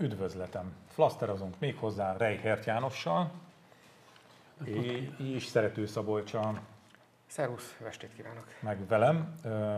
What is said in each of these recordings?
üdvözletem! Flaszterozunk méghozzá Reichert Jánossal és Szerető Szabolccsal. Szervusz, jó estét kívánok! Meg velem,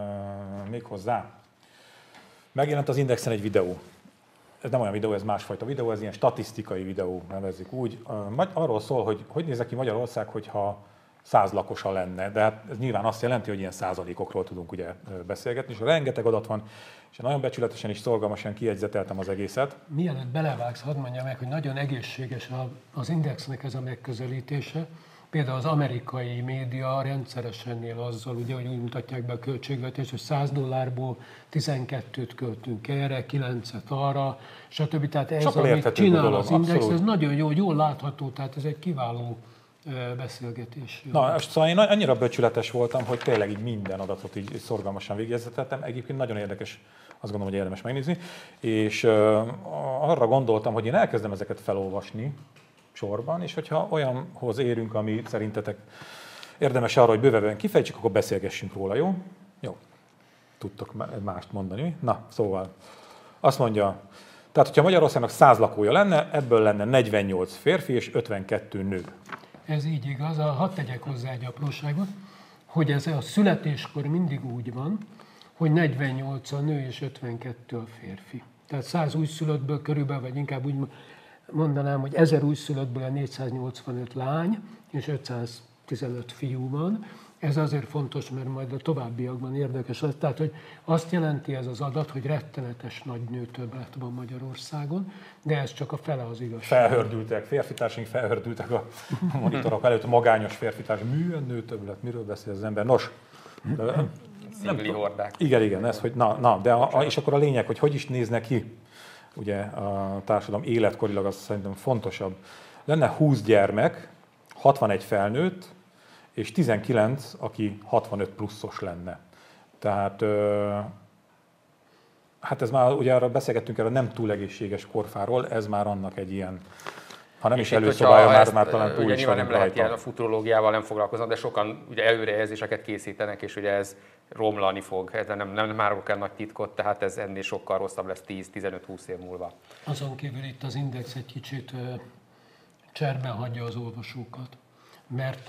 méghozzá. Megjelent az Indexen egy videó. Ez nem olyan videó, ez másfajta videó, ez ilyen statisztikai videó, nevezzük úgy. Arról szól, hogy néz ki Magyarország, hogyha 100 lakosa lenne, de hát ez nyilván azt jelenti, hogy ilyen százalékokról tudunk ugye beszélgetni, és rengeteg adat van, és nagyon becsületesen és szorgalmasan kiegyzeteltem az egészet. Mielőtt belevágsz, hadd mondjam meg, hogy nagyon egészséges az Indexnek ez a megközelítése. Például az amerikai média rendszeresen él azzal, ugye, hogy úgy mutatják be a költségvetést, hogy $100 12-t költünk erre, 9-et arra, stb. Tehát ez, amit csinál dolog, az Index, abszolút. Ez nagyon jó, jól látható, tehát ez egy kiváló beszélgetés. Na, szóval én annyira becsületes voltam, hogy tényleg így minden adatot így szorgalmasan végigjezeteltem. Egyébként nagyon érdekes, azt gondolom, hogy érdemes megnézni. És arra gondoltam, hogy én elkezdem ezeket felolvasni sorban, és hogyha olyanhoz érünk, ami szerintetek érdemes arra, hogy bővebben kifejtsük, akkor beszélgessünk róla, jó? Jó. Tudtok mást mondani. Na, szóval azt mondja, tehát hogyha Magyarországnak 100 lakója lenne, ebből lenne 48 férfi és 52 nő. Ez így igaz, hadd tegyek hozzá egy apróságot, hogy ez a születéskor mindig úgy van, hogy 48 a nő és 52 a férfi. Tehát 100 újszülöttből körülbelül, vagy inkább úgy mondanám, hogy 1000 újszülöttből 485 lány és 515 fiú van. Ez azért fontos, mert majd a továbbiakban érdekes lesz. Tehát, hogy azt jelenti ez az adat, hogy rettenetes nagy nőtöbblet van Magyarországon, de ez csak a fele az igazság. Felhördültek, férfitársaink felhördültek a monitorok előtt, a magányos férfitárs. Milyen nőtöbblet, miről beszél az ember? Nos, szingli hordák. Igen, ez, hogy és akkor a lényeg, hogy is nézne ki ugye a társadalom életkorilag, az szerintem fontosabb. Lenne 20 gyermek, 61 felnőtt, és 19, aki 65 pluszos lenne. Tehát, hát ez már, ugye arra beszélgettünk erről nem túl egészséges korfáról, ez már annak egy ilyen, ha nem is előszobája, már talán túl is van nem lehet rajta. ilyen, a futurológiával nem foglalkoznak, de sokan ugye előrejelzéseket készítenek, és ugye ez romlani fog. Ez nem árulok el nagy titkot, tehát ez ennél sokkal rosszabb lesz 10-15-20 év múlva. Azon kívül itt az Index egy kicsit cserben hagyja az olvasókat, mert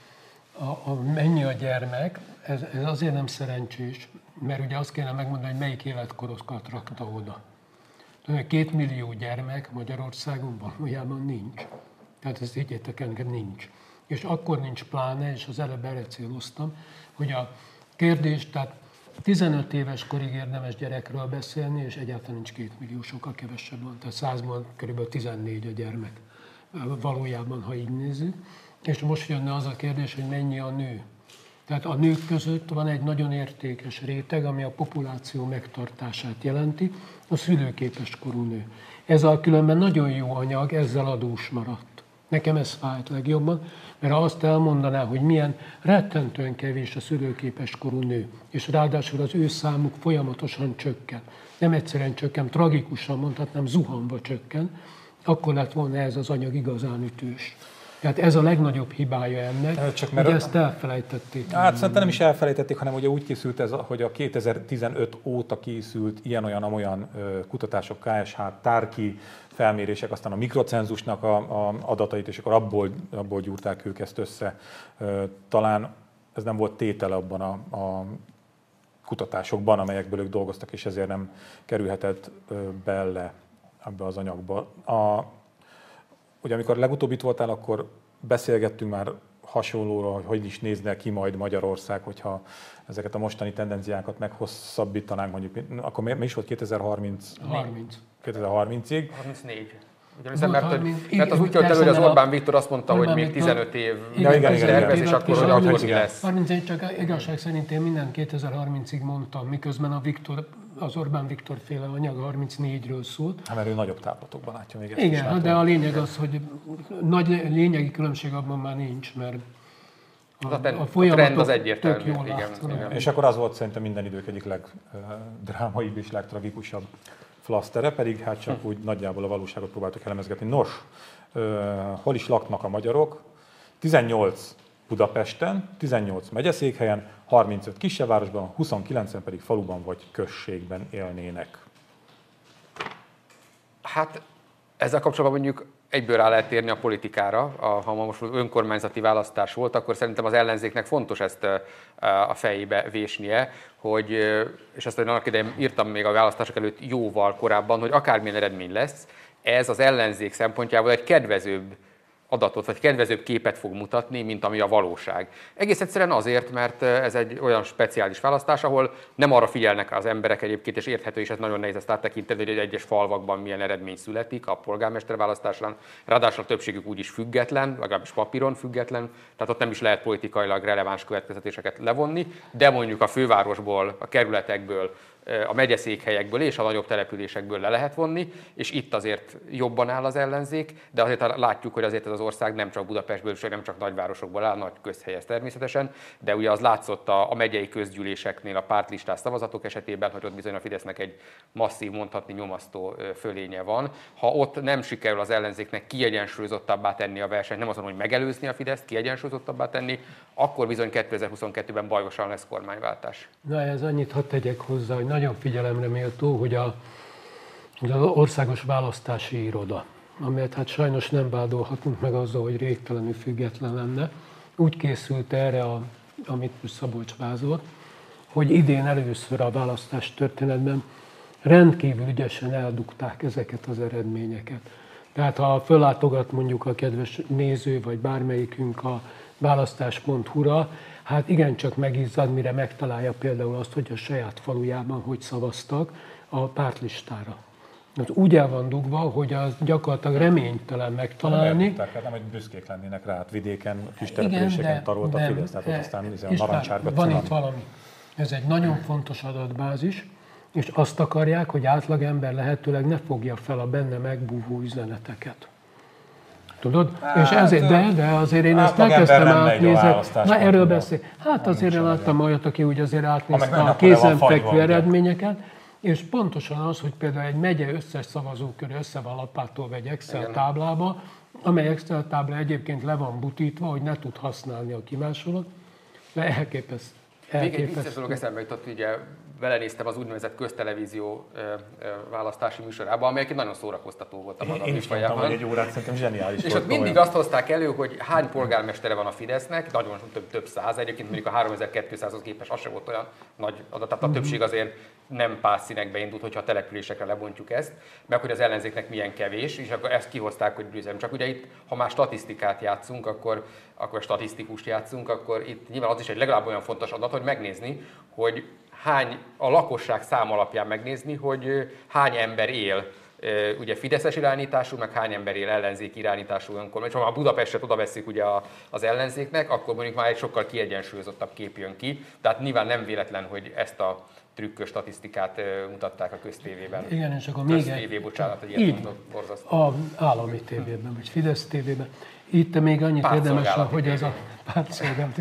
mennyi a gyermek, ez azért nem szerencsés, mert ugye azt kéne megmondani, hogy melyik életkorokat rakta oda. 2 millió gyermek Magyarországon valójában nincs. Tehát ezt higgyétek, engem nincs. És akkor nincs pláne, és az előbb erre céloztam, hogy a kérdés, tehát 15 éves korig érdemes gyerekről beszélni, és egyáltalán nincs 2 millió, sokkal kevesebb van. Tehát 100-ban kb. 14 a gyermek. Valójában, ha így nézzük. És most jönne az a kérdés, hogy mennyi a nő. Tehát a nők között van egy nagyon értékes réteg, ami a populáció megtartását jelenti, a szülőképes korú nő. Ez a különben nagyon jó anyag, ezzel adós maradt. Nekem ez fájt legjobban, mert ha azt elmondaná, hogy milyen rettentően kevés a szülőképes korú nő, és ráadásul az ő számuk folyamatosan csökken. Nem egyszerűen csökken, tragikusan mondhatnám, zuhanva csökken, akkor lett volna ez az anyag igazán ütős. Tehát ez a legnagyobb hibája ennek, csak hogy ezt elfelejtették. Hát szerintem nem is elfelejtették, hanem ugye úgy készült ez, hogy a 2015 óta készült ilyen-olyan kutatások, KSH, Tárki felmérések, aztán a mikrocenzusnak a adatait, és akkor abból gyúrták ők ezt össze. Talán ez nem volt tétele abban a kutatásokban, amelyekből ők dolgoztak, és ezért nem kerülhetett bele ebbe az anyagba. Ugye amikor legutóbb itt voltál, akkor beszélgettünk már hasonlóról, hogy is nézne ki majd Magyarország, hogyha ezeket a mostani tendenciákat meghosszabbítanánk, mondjuk, akkor mi is volt 2030? 2030-ig? 34. Mert az úgy jött elő, hogy az Orbán Viktor azt mondta, hogy még 15 év tervez, és akkor hogy lesz. 31, csak igazság szerint én minden 2030-ig mondtam, miközben az Orbán Viktor féle anyag 34-ről szólt. Hát mert ő nagyobb távlatokban látja még ezt. Igen, de a lényeg az, hogy nagy lényegi különbség abban már nincs, mert a trend az egyértelmű. Igen. És akkor az volt szerintem minden idők egyik legdrámaibb és legtragikusabb flasztere, pedig hát csak úgy nagyjából a valóságot próbáltuk elemezgetni. Nos, hol is laknak a magyarok? 18 Budapesten, 18 megyeszékhelyen, 35 kisebb városban, 29 pedig faluban vagy községben élnének. Hát ezzel kapcsolatban mondjuk egyből rá lehet térni a politikára. Ha most önkormányzati választás volt, akkor szerintem az ellenzéknek fontos ezt a fejébe vésnie, hogy, és ezt annak idején írtam még a választások előtt jóval korábban, hogy akármilyen eredmény lesz, ez az ellenzék szempontjából egy kedvezőbb adatot, vagy kedvezőbb képet fog mutatni, mint ami a valóság. Egész egyszerűen azért, mert ez egy olyan speciális választás, ahol nem arra figyelnek az emberek egyébként, és érthető, és ez nagyon nehéz ezt áttekinteni, hogy egyes falvakban milyen eredmény születik a polgármester választásán. Ráadásul a többségük úgyis független, legalábbis papíron független, tehát ott nem is lehet politikailag releváns következtetéseket levonni, de mondjuk a fővárosból, a kerületekből, a megyeszékhelyekből és a nagyobb településekből le lehet vonni, és itt azért jobban áll az ellenzék, de azért látjuk, hogy azért ez az ország nem csak Budapestből, és nem csak nagyvárosokból áll, nagy közhelyez természetesen, de ugye az látszott a megyei közgyűléseknél a pártlistás szavazatok esetében, hogy ott bizony a Fidesznek egy masszív, mondhatni nyomasztó fölénye van. Ha ott nem sikerül az ellenzéknek kiegyensúlyozottabbá tenni a versenyt, nem azon, hogy megelőzni a Fideszt, kiegyensúlyozottabbá tenni, akkor bizony 2022-ben bajosan lesz kormányváltás. Na, ez annyit hadd tegyek hozzá, hogy nagyon figyelemre méltó, hogy az Országos Választási Iroda, amelyet hát sajnos nem vádolhatunk meg azzal, hogy régtelenül független lenne, úgy készült erre, amit Szabolcs vázolt, hogy idén először a választás történetben rendkívül ügyesen eldugták ezeket az eredményeket. Tehát ha föllátogat mondjuk a kedves néző, vagy bármelyikünk a választás.hu-ra, hát igencsak megizzad, mire megtalálja például azt, hogy a saját falujában hogy szavaztak a pártlistára. Úgy el van dugva, hogy az gyakorlatilag reménytelen megtalálni. Nem, hogy büszkék lennének rá, hát vidéken, kis településeken tarolt a Fidesz, tehát ott aztán a narancsárga van itt valami. Ez egy nagyon fontos adatbázis, és azt akarják, hogy átlagember lehetőleg ne fogja fel a benne megbúvó üzeneteket. Tudod? És ezért, de azért én ezt elkezdtem átnézni. Na, erről beszél. Hát azért én láttam olyat, aki úgy azért átnézte a kézenfekvő eredményeket, és pontosan az, hogy például egy megye összes szavazókör össze van lapátolva egy Excel táblába, amely Excel tábla egyébként le van butítva, hogy ne tud használni a kimásolat, de elképesztő. Még egy vicces dolog eszembe jutott, ugye belenéztem az úgynevezett köztelevízió választási műsorába, amely egy nagyon szórakoztató volt a maga műfajában. Én is mondtam, hogy egy órát szerintem zseniális és volt. ott mindig azt hozták elő, hogy hány polgármestere van a Fidesznek, nagyon több száz, egyébként mondjuk a 3200-hoz képest az sem volt olyan nagy adat, tehát a többség azért nem pászszínekbe indult, hogyha a településekre lebontjuk ezt, meg hogy az ellenzéknek milyen kevés, és akkor ezt kihozták, hogy bizony. Csak ugye itt, ha már statisztikát játszunk, akkor statisztikust játszunk, akkor itt nyilván az is egy legalább olyan fontos adat, hogy megnézni, hogy hány, a lakosság szám alapján megnézni, hogy hány ember él ugye fideszes irányítású, meg hány ember él ellenzéki irányítású önkormányzat. És ha a Budapestet oda veszik ugye az ellenzéknek, akkor mondjuk már egy sokkal kiegyensúlyozottabb kép jön ki. Tehát nyilván nem véletlen, hogy ezt a trükkös statisztikát mutatták a köztévében. Igen, és akkor még egy... bocsánat, hogy ilyet mondott, borzasztó. A állami tévében, vagy Fidesz tévében. Itt még annyit érdemes, hogy ez a pártszolgálati,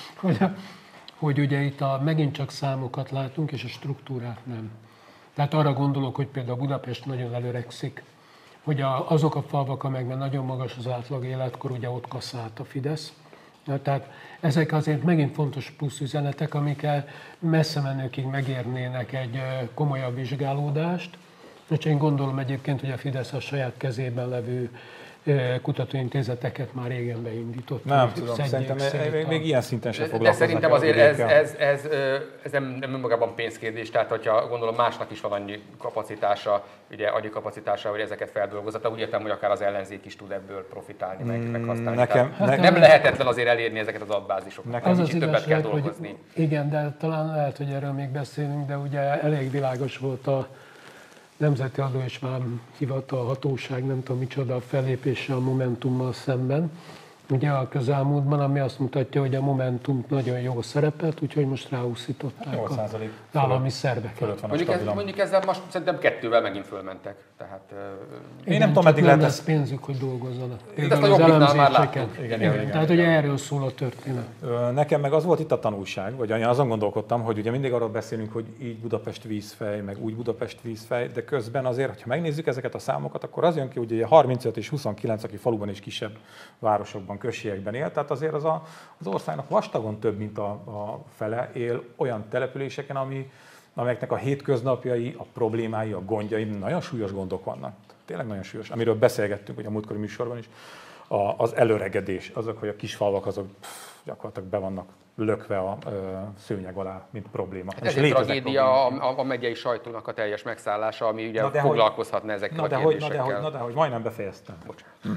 hogy ugye itt megint csak számokat látunk, és a struktúrát nem. Tehát arra gondolok, hogy például Budapest nagyon előregszik, hogy azok a falvak, amelyekben nagyon magas az átlag életkor, ugye ott kaszált a Fidesz. Tehát ezek azért megint fontos plusz üzenetek, amikkel messze menőkig megérnének egy komolyabb vizsgálódást. És én gondolom egyébként, hogy a Fidesz a saját kezében levő kutatóintézeteket már régen beindított. Nem tudom, szerintem még ilyen szinten sem foglalkoznak. De szerintem azért ez nem önmagában pénzkérdés, tehát hogyha gondolom másnak is van annyi kapacitása, ugye agyi kapacitása, hogy ezeket feldolgozza, úgy értem, hogy akár az ellenzék is tud ebből profitálni, meg használni. Nem lehetetlen azért elérni ezeket az adatbázisokat, az kicsit többet kell dolgozni. Hogy, igen, de talán lehet, hogy erről még beszélünk, de ugye elég világos volt a Nemzeti Adó és Vámhivatal hatóság, nem tudom micsoda, a fellépése a Momentummal szemben. Ugye a közelmúltban, ami azt mutatja, hogy a Momentum nagyon jól szerepelt, úgyhogy most ráúszították az állami szerveket. Mondjuk ezzel most szerintem 2-vel megint fölmentek. Tehát, én nem tudom, meddig lesz pénzük, hogy dolgozzanak. Például az elemzéseken. Igen. Tehát ugye erről szól a történet. Nekem meg az volt itt a tanulság, vagy azon gondolkodtam, hogy ugye mindig arról beszélünk, hogy így Budapest vízfej, meg úgy Budapest vízfej, de közben azért, ha megnézzük ezeket a számokat, akkor az jön ki, hogy ugye 35 és 29, aki faluban és kisebb városokban, községekben él, tehát azért az országnak vastagon több, mint a fele él olyan településeken, ami amelyeknek a hétköznapjai, a problémái, a gondjai, nagyon súlyos gondok vannak. Tényleg nagyon súlyos. Amiről beszélgettünk, hogy a múltkori műsorban is, az előregedés, azok, hogy a kisfalvak azok gyakorlatilag be vannak lökve a szőnyeg alá, mint probléma. Ez egy tragédia a megyei sajtónak a teljes megszállása, ami ugye foglalkozhatna ezekkel a kérdésekkel. Na de hogy majdnem befejeztem. Bocsánat.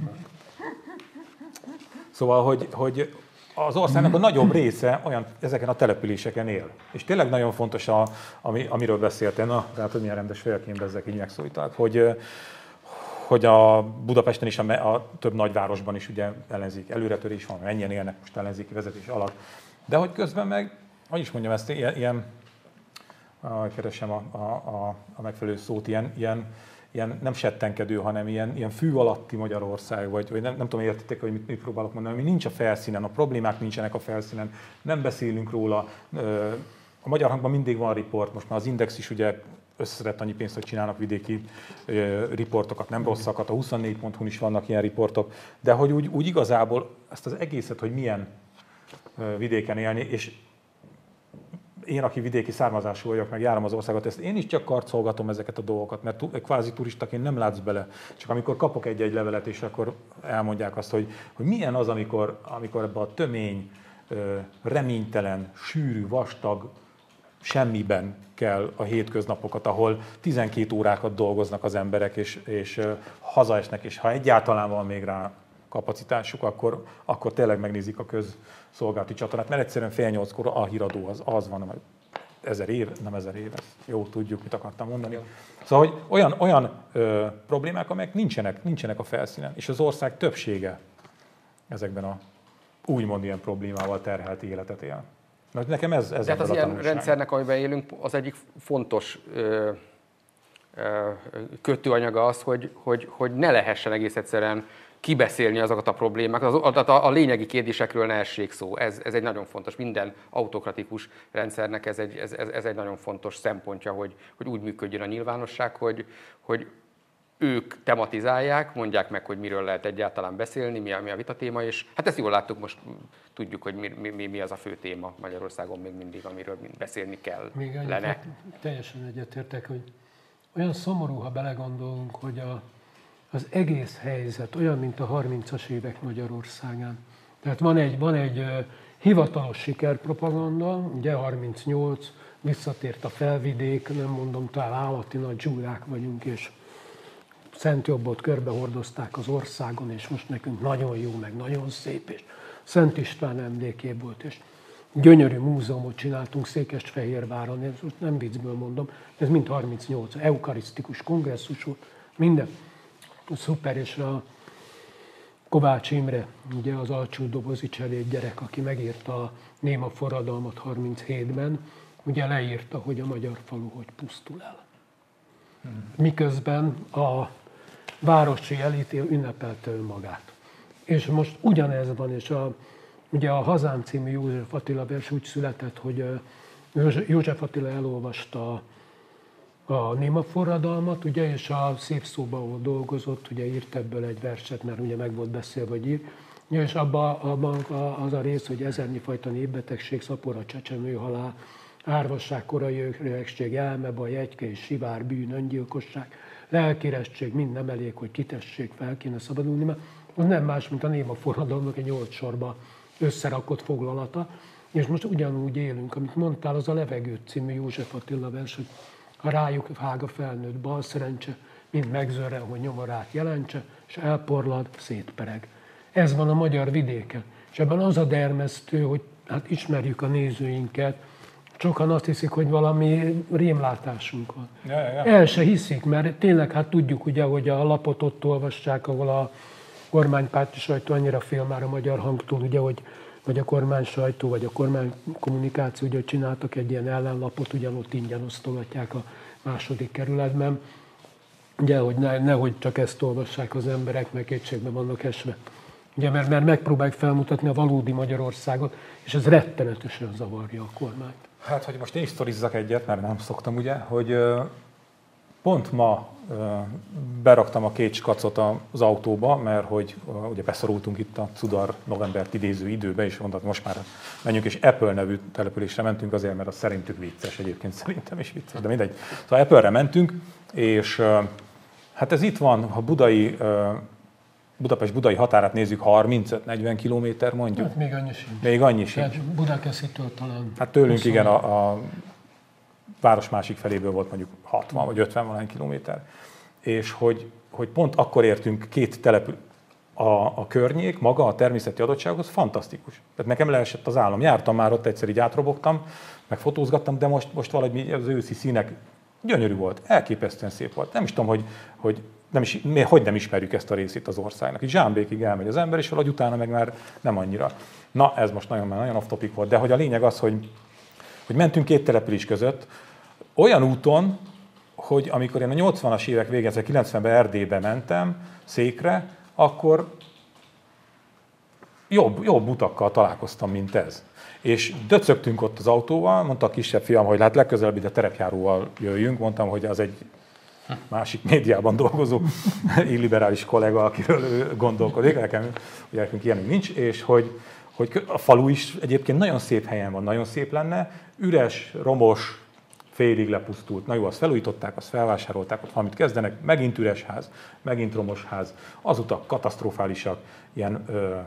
Szóval, hogy az országnak a nagyobb része ezeken a településeken él. És tényleg nagyon fontos, amiről beszéltél, tehát hogy milyen rendes félként bezzek így megszólítanak, hogy a Budapesten is, a több nagyvárosban is ugye ellenzéki előretörés van, mennyien élnek most ellenzéki vezetés alatt. De hogy közben meg, hogy is mondjam ezt, ilyen keresem a megfelelő szót, ilyen nem settenkedő, hanem ilyen fű alatti Magyarország, vagy nem tudom, értitek, hogy mit próbálok mondani, ami nincs a felszínen, a problémák nincsenek a felszínen, nem beszélünk róla. A Magyar Hangban mindig van riport, most már az Index is ugye összeszedett annyi pénzt, hogy csinálnak vidéki riportokat, nem rosszakat, a 24.hu-n is vannak ilyen riportok, de hogy úgy igazából ezt az egészet, hogy milyen vidéken élni, és én, aki vidéki származású vagyok, meg járom az országot, ezt én is csak karcolgatom ezeket a dolgokat, mert kvázi turistaként nem látsz bele. Csak amikor kapok egy-egy levelet, és akkor elmondják azt, hogy milyen az, amikor ebbe a tömény, reménytelen, sűrű, vastag, semmiben kell a hétköznapokat, ahol 12 órákat dolgoznak az emberek, és hazaesnek, és ha egyáltalán van még rá kapacitásuk, akkor tényleg megnézik a közszolgálati csatornát, mert egyszerűen fél 8-kor a híradó az van, majd 1000 év, nem 1000 év, ezt jó tudjuk, mit akartam mondani. Szóval, hogy olyan problémák, amelyek nincsenek a felszínen, és az ország többsége ezekben a úgymond ilyen problémával terhelt életet él. Mert nekem ez tehát az ilyen rendszernek, amiben élünk, az egyik fontos kötőanyaga az, hogy ne lehessen egész egyszerűen kibeszélni azokat a problémákat, a lényegi kérdésekről ne essék szó. Ez egy nagyon fontos, minden autokratikus rendszernek ez egy nagyon fontos szempontja, hogy úgy működjön a nyilvánosság, hogy ők tematizálják, mondják meg, hogy miről lehet egyáltalán beszélni, mi a vitatéma, és hát ezt jól láttuk, most tudjuk, hogy mi az a fő téma Magyarországon még mindig, amiről beszélni kell. Még annyit, teljesen egyetértek, hogy olyan szomorú, ha belegondolunk, hogy az egész helyzet olyan, mint a 30-as évek Magyarországán. Tehát van egy hivatalos sikerpropaganda, ugye 38, visszatért a felvidék, nem mondom, talán állati nagy zsúrák vagyunk, és Szent Jobbot körbehordozták az országon, és most nekünk nagyon jó, meg nagyon szép, és Szent István emléké volt, és gyönyörű múzeumot csináltunk Székesfehérváron, ez most nem viccből mondom, ez mind 38, eukarisztikus kongresszus volt, minden szuper, és a Kovács Imre, ugye az alcsó dobozi cseléd gyerek, aki megírta a Néma forradalmat 37-ben, ugye leírta, hogy a magyar falu hogy pusztul el. Miközben a városi elit ünnepelte önmagát. És most ugyanez van, és ugye a Hazám című József Attila vers úgy született, hogy József Attila elolvasta a Néma forradalmat, ugye, és a Szép Szóba, ahol dolgozott, ugye írt ebből egy verset, mert ugye meg volt beszélve, hogy ír. És abban az a rész, hogy ezernyi népbetegség, szapora, csecsemő halál, árvasság, korai öregség, elmebaj, egyke és sivár, bűn, öngyilkosság, lelkérestség, mind nem elég, hogy kitessék, fel kéne szabadulni, mert az nem más, mint a Néma forradalomnak egy 8 sorba összerakott foglalata, és most ugyanúgy élünk, amit mondtál, az a Levegőt című József Attila vers, hogy ha rájuk hág a felnőtt bal szerencse, mind megzörre, hogy nyomorát jelentse, és elporlad, szétpereg. Ez van a magyar vidéken. És ebben az a dermesztő, hogy hát ismerjük a nézőinket, sokan azt hiszik, hogy valami rémlátásunk van. Ja. El se hiszik, mert tényleg hát tudjuk, ugye, hogy a lapot ott olvassák, ahol a kormánypárti sajtó annyira fél már a Magyar Hangtól, ugye, hogy vagy a kormány sajtó, vagy a kormány kommunikáció, ugye csináltak egy ilyen ellenlapot, ugyanott ingyen osztogatják a második kerületben. Ugye, hogy nehogy csak ezt olvassák az emberek, meg kétségben vannak esve. Ugye, mert megpróbálják felmutatni a valódi Magyarországot, és ez rettenetesen zavarja a kormányt. Hát, hogy most én is sztorizzak egyet, mert nem szoktam, ugye, hogy Pont ma beraktam a 2 skacot az autóba, mert hogy ugye beszorultunk itt a Cudar novembert idéző időbe, és mondtam, most már menjünk, és Apple nevű településre mentünk azért, mert az szerintük vicces, egyébként szerintem is vicces, de mindegy. Szóval Apple-re mentünk, és hát ez itt van, ha Budapest-budai határát nézzük, 35-40 kilométer mondjuk. Hát még annyi sincs. Még annyi sincs. Tehát Budakeszitől talán. Hát tőlünk igen, a város másik feléből volt mondjuk 60 vagy 50 valahány kilométer. És hogy pont akkor értünk 2 település, a környék, maga a természeti adottsághoz fantasztikus. Tehát nekem leesett az állam. Jártam már ott, egyszer így átrobogtam, meg fotózgattam, de most valahogy az őszi színek gyönyörű volt, elképesztően szép volt. Nem is tudom, hogy nem ismerjük ezt a részét az országnak. Itt Zsámbékig elmegy az ember, és valahogy utána meg már nem annyira. Na, ez most nagyon off-topic volt, de hogy a lényeg az, hogy mentünk 2 település között, olyan úton, hogy amikor én a 80-as évek végén, 90-ben Erdélybe mentem, Székre, akkor jobb utakkal találkoztam, mint ez. És döcögtünk ott az autóval, mondta a kisebb fiam, hogy hát legközelebb ide terepjáróval jöjjünk, mondtam, hogy az egy másik médiában dolgozó illiberális kollega, akiről ő gondolkodik, nekünk ilyenünk nincs, és hogy a falu is egyébként nagyon szép helyen van, nagyon szép lenne, üres, romos, félig lepusztult. Na jó, azt felújították, azt felvásárolták, ott valamit kezdenek, megint üres ház, megint romos ház. Az utak katasztrofálisak, ilyen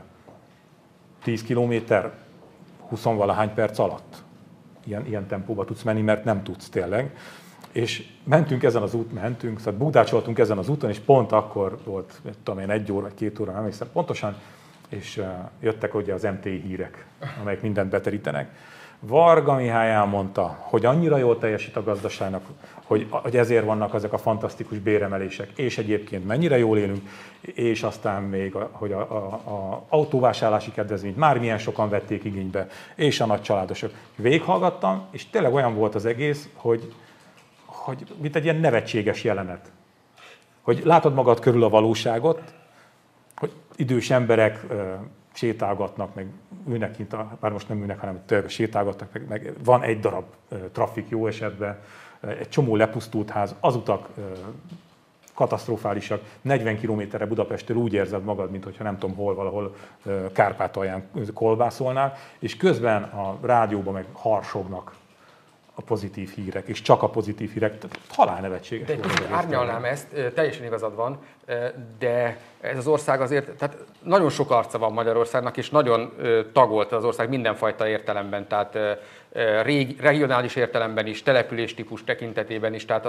10 kilométer, 20-valahány perc alatt. Ilyen tempóba tudsz menni, mert nem tudsz tényleg. És mentünk ezen az úton, szóval bugdácsoltunk ezen az úton, és pont akkor volt, tudom én, 1 óra vagy 2 óra, nem hiszem pontosan, és jöttek ugye az MTI hírek, amelyek mindent beterítenek. Varga Mihály elmondta, hogy annyira jól teljesít a gazdaságnak, hogy ezért vannak ezek a fantasztikus béremelések, és egyébként mennyire jól élünk, és aztán még, hogy a autóvásárlási kedvezményt már milyen sokan vették igénybe, és a nagy családosok. Végighallgattam, és tényleg olyan volt az egész, hogy mint egy ilyen nevetséges jelenet. Hogy látod magad körül a valóságot, hogy idős emberek sétálgatnak, meg ülnek kint, bár most nem ülnek, hanem tényleg sétálgatnak, meg van egy darab trafik jó esetben, egy csomó lepusztult ház, az utak katasztrofálisak, 40 kilométerre Budapesttől úgy érzed magad, mintha nem tudom hol, valahol Kárpátalján kolbászolnál, és közben a rádióban meg harsognak a pozitív hírek, és csak a pozitív hírek, halál nevetséges. De egy kicsit árnyalnám ezt, teljesen igazad van, de ez az ország azért, tehát nagyon sok arca van Magyarországnak, és nagyon tagolt az ország mindenfajta értelemben, tehát regionális értelemben is, településtípus tekintetében is, tehát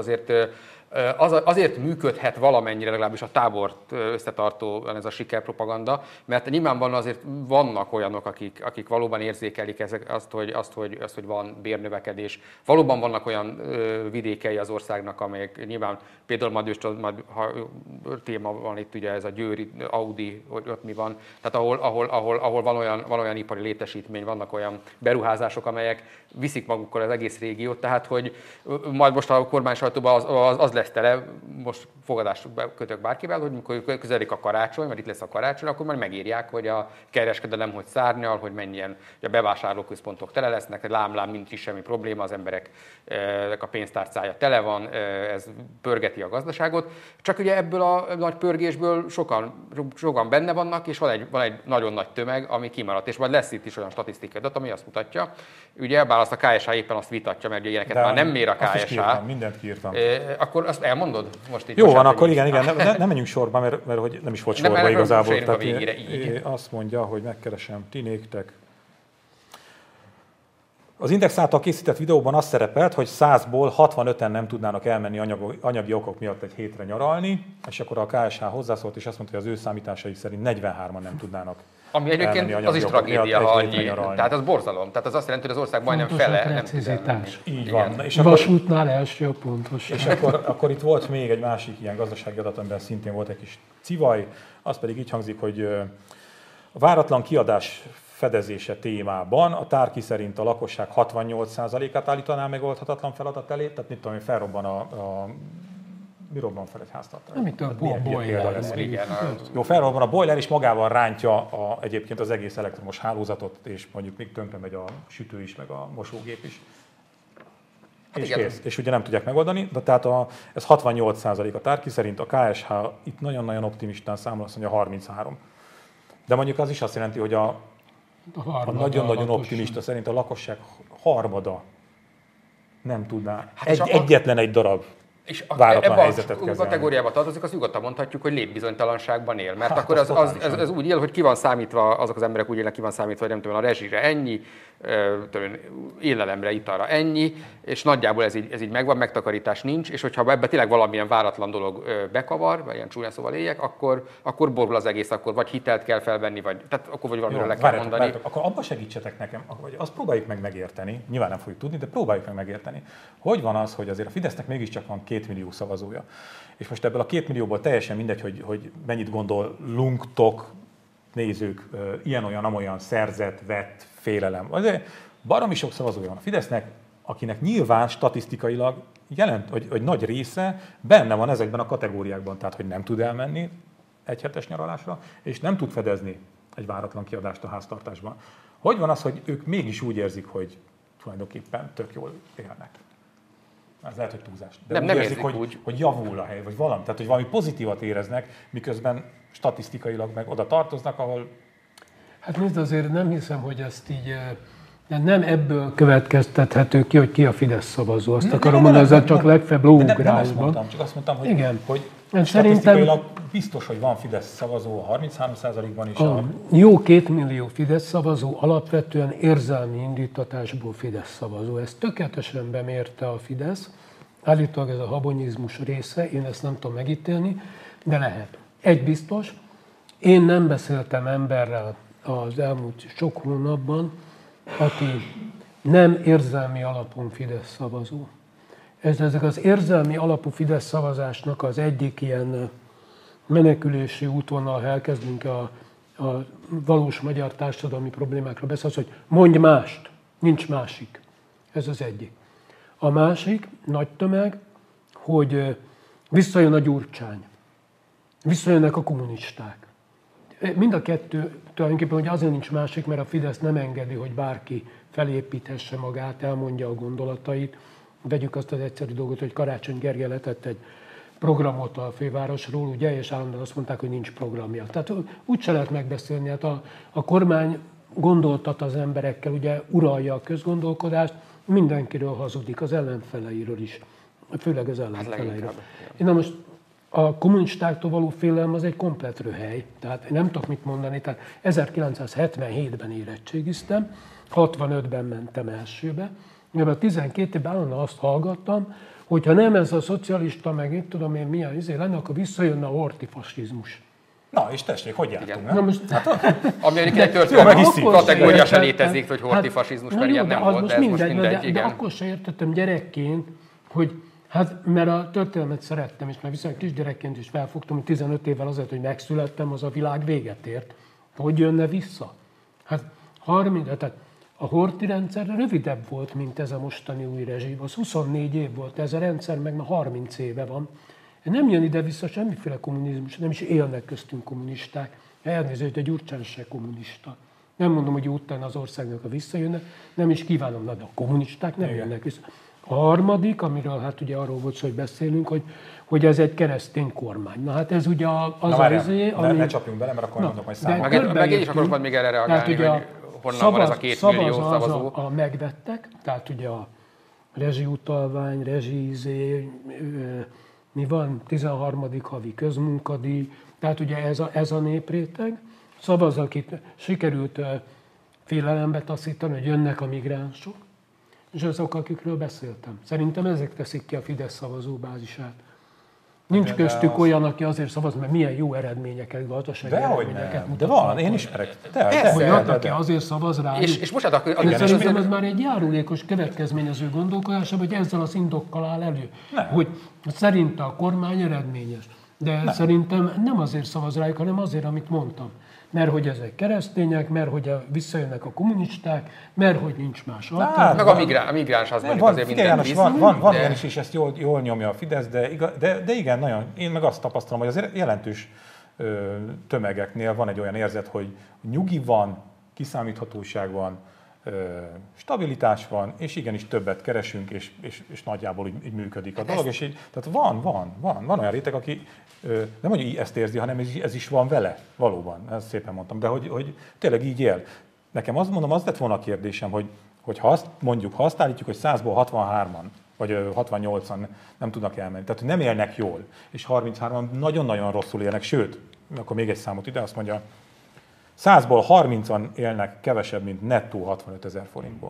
azért működhet valamennyire legalábbis a tábort összetartó ez a sikerpropaganda, mert nyilvánvalóan azért vannak olyanok, akik valóban érzékelik azt, hogy van bérnövekedés. Valóban vannak olyan vidékei az országnak, amelyek nyilván például majd ha téma van itt ugye ez a győri Audi, hogy ott mi van, tehát ahol van olyan ipari létesítmény, vannak olyan beruházások, amelyek viszik magukkal az egész régiót, tehát hogy majd most a kormány sajtóban az lesz tele, most fogadást kötök bárkivel, hogy amikor közelik a karácsony, mert itt lesz a karácsony, akkor majd megírják, hogy a kereskedelem hogy szárnyal, hogy mennyien a bevásárlóközpontok tele lesznek, lám nincs is semmi probléma, az emberek a pénztárcája tele van, ez pörgeti a gazdaságot. Csak ugye ebből a nagy pörgésből sokan benne vannak, és van egy nagyon nagy tömeg, ami kimaradt, és majd lesz itt is olyan statisztikai adat, ami azt mutatja. Ugye bár azt a KSH éppen azt vitatja, mert ilyeneket már nem mér a KSH. Mindent kiírtam. Akkor azt elmondod? Most így jó van, akkor igen, nem menjünk sorba, mert hogy nem is volt sorba igazából. Tehát végére, azt mondja, hogy megkeresem ti néktek. Az Index által készített videóban az szerepelt, hogy 100-ból 65-en nem tudnának elmenni anyagi okok miatt egy hétre nyaralni, és akkor a KSH hozzászólt, és azt mondta, hogy az ő számításai szerint 43-an nem tudnának. Ami egyébként az is tragédia, ha annyi. Tehát az borzalom. Tehát az azt jelenti, hogy az ország majdnem fele nem tud elmenni. Így van. És vasútnál első a pontos. És akkor itt volt még egy másik ilyen gazdasági adat, amiben szintén volt egy kis civaj, az pedig így hangzik, hogy a váratlan kiadás fedezése témában a Tárki szerint a lakosság 68%-át állítaná megoldhatatlan feladat elé, tehát mit tudom én, felrobban mi robban fel egy háztartás? Amit a boiler. Jó, felrobban a boiler, és magával rántja egyébként az egész elektromos hálózatot, és mondjuk még tönkre megy a sütő is, meg a mosógép is. és kész. És ugye nem tudják megoldani, de tehát ez 68% a Tárki szerint, a KSH itt nagyon-nagyon optimistán számol, azt mondja 33. De mondjuk az is azt jelenti, hogy a nagyon-nagyon optimista szerint a lakosság harmada nem tudná egyetlen egy darab és váratlan helyzetet kezelni. Ebben a kategóriába tartozik, azt nyugodtan mondhatjuk, hogy létbizonytalanságban él. Mert akkor az úgy él, hogy ki van számítva, azok az emberek úgy élnek, ki van számítva, hogy nem tudom, a rezsire ennyi, élelemre, italra ennyi, és nagyjából ez így megvan, megtakarítás nincs, és hogyha ebbe tényleg valamilyen váratlan dolog bekavar, vagy ilyen csúnyán szóval éljek, akkor borul az egész, akkor vagy hitelt kell felvenni, vagy tehát akkor vagy valamire le kell mondani. Várjátok, akkor abba segítsetek nekem, vagy azt próbáljuk meg megérteni, nyilván nem fogjuk tudni, de próbáljuk meg megérteni. Hogy van az, hogy azért a Fidesznek mégiscsak van 2 millió szavazója. És most ebből a 2 millióból teljesen mindegy, hogy mennyit gondolunktok, nézők, ilyen-olyan, amolyan szerzett, vett, félelem. Azért baromi sok szavazója van a Fidesznek, akinek nyilván statisztikailag jelent, hogy nagy része benne van ezekben a kategóriákban, tehát hogy nem tud elmenni egy hetes nyaralásra, és nem tud fedezni egy váratlan kiadást a háztartásban. Hogy van az, hogy ők mégis úgy érzik, hogy tulajdonképpen tök jól élnek? Ez lehet, hogy túlzás. De nem érzik, hogy javul a hely, vagy valami. Tehát, hogy valami pozitívat éreznek, miközben statisztikailag meg oda tartoznak, ahol... Hát nézd, azért nem hiszem, hogy ezt így... Nem ebből következtethető ki, hogy ki a Fidesz szavazó. Azt akarom mondani, ezzel csak legfeljebb lóugrásban. Csak azt mondtam, hogy, igen. hogy statisztikailag biztos, hogy van Fidesz szavazó a 33%-ban is. Jó 2 millió Fidesz szavazó alapvetően érzelmi indítatásból Fidesz szavazó. Ezt tökéletesen bemérte a Fidesz. Állítólag ez a habonyizmus része, én ezt nem tudom megítélni, de lehet. Egy biztos, én nem beszéltem emberrel az elmúlt sok hónapban, aki nem érzelmi alapon Fidesz szavazó. Ezek az érzelmi alapú Fidesz szavazásnak az egyik ilyen menekülési útvonal, ha elkezdünk a valós magyar társadalmi problémákra beszélni, hogy mondj mást, nincs másik. Ez az egyik. A másik, nagy tömeg, hogy visszajön a Gyurcsány, visszajönnek a kommunisták. Mind a kettő tulajdonképpen, hogy azért nincs másik, mert a Fidesz nem engedi, hogy bárki felépíthesse magát, elmondja a gondolatait. Vegyük azt az egyszerű dolgot, hogy Karácsony Gergely letett egy programot a fővárosról, ugye, és állandóan azt mondták, hogy nincs programja. Tehát úgy se lehet megbeszélni. Hát a kormány gondoltat az emberekkel, ugye uralja a közgondolkodást, mindenkiről hazudik, az ellenfeleiről is, főleg az ellenfeleiről. Na most a kommunistáktól való félelem az egy komplett röhely, tehát én nem tudok mit mondani, tehát 1977-ben érettségiztem, 65-ben mentem elsőbe, mert a 12 évben állandóan azt hallgattam, hogyha nem ez a szocialista, meg itt tudom én milyen lenne, akkor visszajönne a hortifasizmus. Na, és tessék, hogy jártunk, nem? Most, ami egy történelmi kategória se létezik, hogy hortifasizmus, mert ilyen nem volt, de ez most mindegy, de akkor se értettem gyerekként, hogy hát, mert a történelmet szerettem, és már viszonylag kisgyerekként is felfogtam, hogy 15 évvel azért, hogy megszülettem, az a világ véget ért. Hogy jönne vissza? Hát tehát a horthy rendszer rövidebb volt, mint ez a mostani új rezsim. Az 24 év volt, ez a rendszer meg már 30 éve van. Nem jön ide-vissza semmiféle kommunizmus, nem is élnek köztünk kommunisták. Elnézést, hogy a Gyurcsány se kommunista. Nem mondom, hogy utána az országnak a visszajönne, nem is kívánom, de a kommunisták nem jönnek vissza. A harmadik, amiről hát ugye arról volt szó, hogy beszélünk, hogy ez egy keresztény kormány. Na hát ez ugye az izé, ami... Ne csapjunk bele, mert akkor mondok majd számolni. Meg én is akarok majd még erre reagálni, hogy honnan van ez a 2 millió szavazó. A megvettek, tehát ugye a rezsiutalvány, rezsiizé, mi van, 13. havi közmunkadíj, tehát ugye ez a népréteg. Szavaz, akit sikerült félelembe taszítani, hogy jönnek a migránsok, és azok, akikről beszéltem. Szerintem ezek teszik ki a Fidesz szavazóbázisát. Nincs köztük olyan, aki azért szavaz, mert milyen jó eredményeket, gazdasági eredményeket mutat. De van, én ismerek. Olyan, aki azért szavaz rá. És most hát szerintem ez már egy járulékos következményező gondolkodása, hogy ezzel az indokkal áll elő. Hogy szerinte a kormány eredményes. De szerintem nem azért szavaz rájuk, hanem azért, amit mondtam. Mert hogy ezek keresztények, mert hogy visszajönnek a kommunisták, mert hogy nincs más alternatív. Meg a migráns az mondjuk azért minden víz. Van ilyen is, és ezt jól nyomja a Fidesz, de igen, nagyon. Én meg azt tapasztalom, hogy azért jelentős tömegeknél van egy olyan érzet, hogy nyugi van, kiszámíthatóság van, stabilitás van, és igenis többet keresünk, és nagyjából így működik a dolog. És így, tehát van olyan réteg, aki nem hogy ezt érzi, hanem ez is van vele, valóban, ezt szépen mondtam, de hogy tényleg így él. Nekem azt mondom, az lett volna a kérdésem, hogy ha azt állítjuk, hogy 100-ból 63-an, vagy 68-an nem tudnak elmenni, tehát hogy nem élnek jól, és 33-an nagyon-nagyon rosszul élnek, sőt, akkor még egy számot ide, azt mondja, 100-ból 30-an élnek kevesebb, mint nettó 65 000 forintból.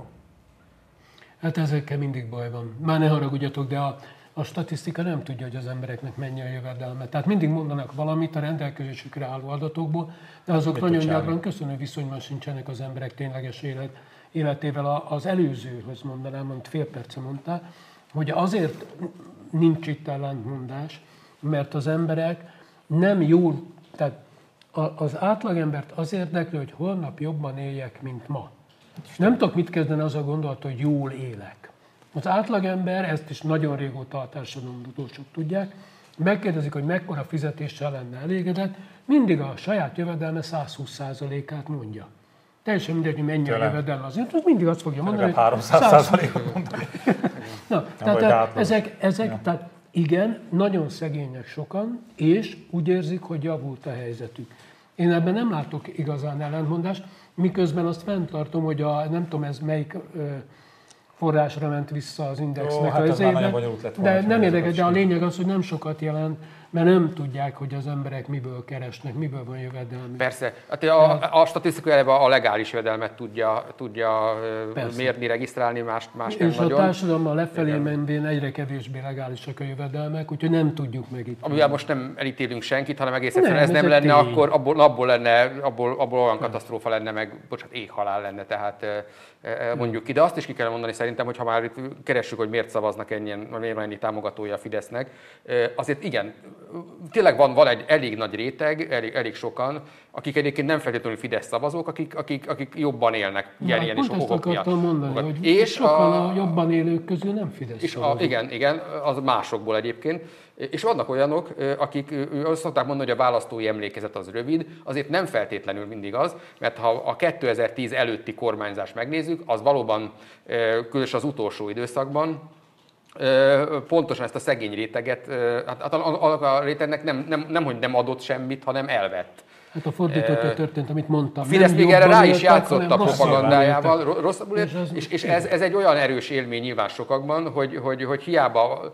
Hát ezekkel mindig baj van. Már ne haragudjatok, de a statisztika nem tudja, hogy az embereknek mennyi a jövedelme. Tehát mindig mondanak valamit a rendelkezésükre álló adatokból, de azok nagyon gyakran köszönő viszonyban sincsenek az emberek tényleges életével. Az előzőhöz mondanám, amit fél perce mondtál, hogy azért nincs itt ellentmondás, mert az emberek nem jól, tehát az átlagembert az érdekli, hogy holnap jobban éljek, mint ma. Nem tudok mit kezdeni az a gondolat, hogy jól élek. Az átlagember, ezt is nagyon régóta a társadalomtudósok tudják, megkérdezik, hogy mekkora fizetéssel lenne elégedett, mindig a saját jövedelme 120%-át mondja. Teljesen mindegy, hogy mennyi a jövedelme azért, mindig azt fogja mondani, hogy 300%-ot mondani. Na, tehát igen, nagyon szegények sokan, és úgy érzik, hogy javult a helyzetük. Én ebben nem látok igazán ellentmondást, miközben azt fenntartom, hogy nem tudom, ez melyik forrásra ment vissza az Indexnek az évben, de nem érdekel, de a lényeg az, hogy nem sokat jelent, mert nem tudják, hogy az emberek miből keresnek, miből van jövedelmük. Persze. Hát a statisztika eleve a legális jövedelmet tudja mérni, regisztrálni, más nem és nagyon. És a társadalommal lefelé menvén egyre kevésbé legálisak a jövedelmek, úgyhogy nem tudjuk megítélni. Amivel most nem elítélünk senkit, hanem egész egyszerűen ez nem lenne, akkor abból olyan katasztrófa lenne, meg éghalál lenne, tehát mondjuk ki. De azt is ki kell mondani szerintem, hogy ha már itt keressük, hogy miért szavaznak miért ennyi támogatója a Fidesznek, azért igen, tényleg van egy elég nagy réteg, elég sokan, akik egyébként nem feltétlenül Fidesz szavazók, akik jobban élnek ilyen és okok miatt. Mondani, hogy és sokan a jobban élők közül nem Fidesz szavazók. Igen, az másokból egyébként. És vannak olyanok, akik azt szokták mondani, hogy a választói emlékezet az rövid, azért nem feltétlenül mindig az, mert ha a 2010 előtti kormányzást megnézzük, az valóban különösen az utolsó időszakban pontosan ezt a szegény réteget, hát a rétegnek hogy nem adott semmit, hanem elvett. Hát a fordítottja történt, amit mondtam. A Fidesz még erre rá is játszott a propagandájával, rosszabbul és ez egy olyan erős élmény nyilván sokakban, hogy hiába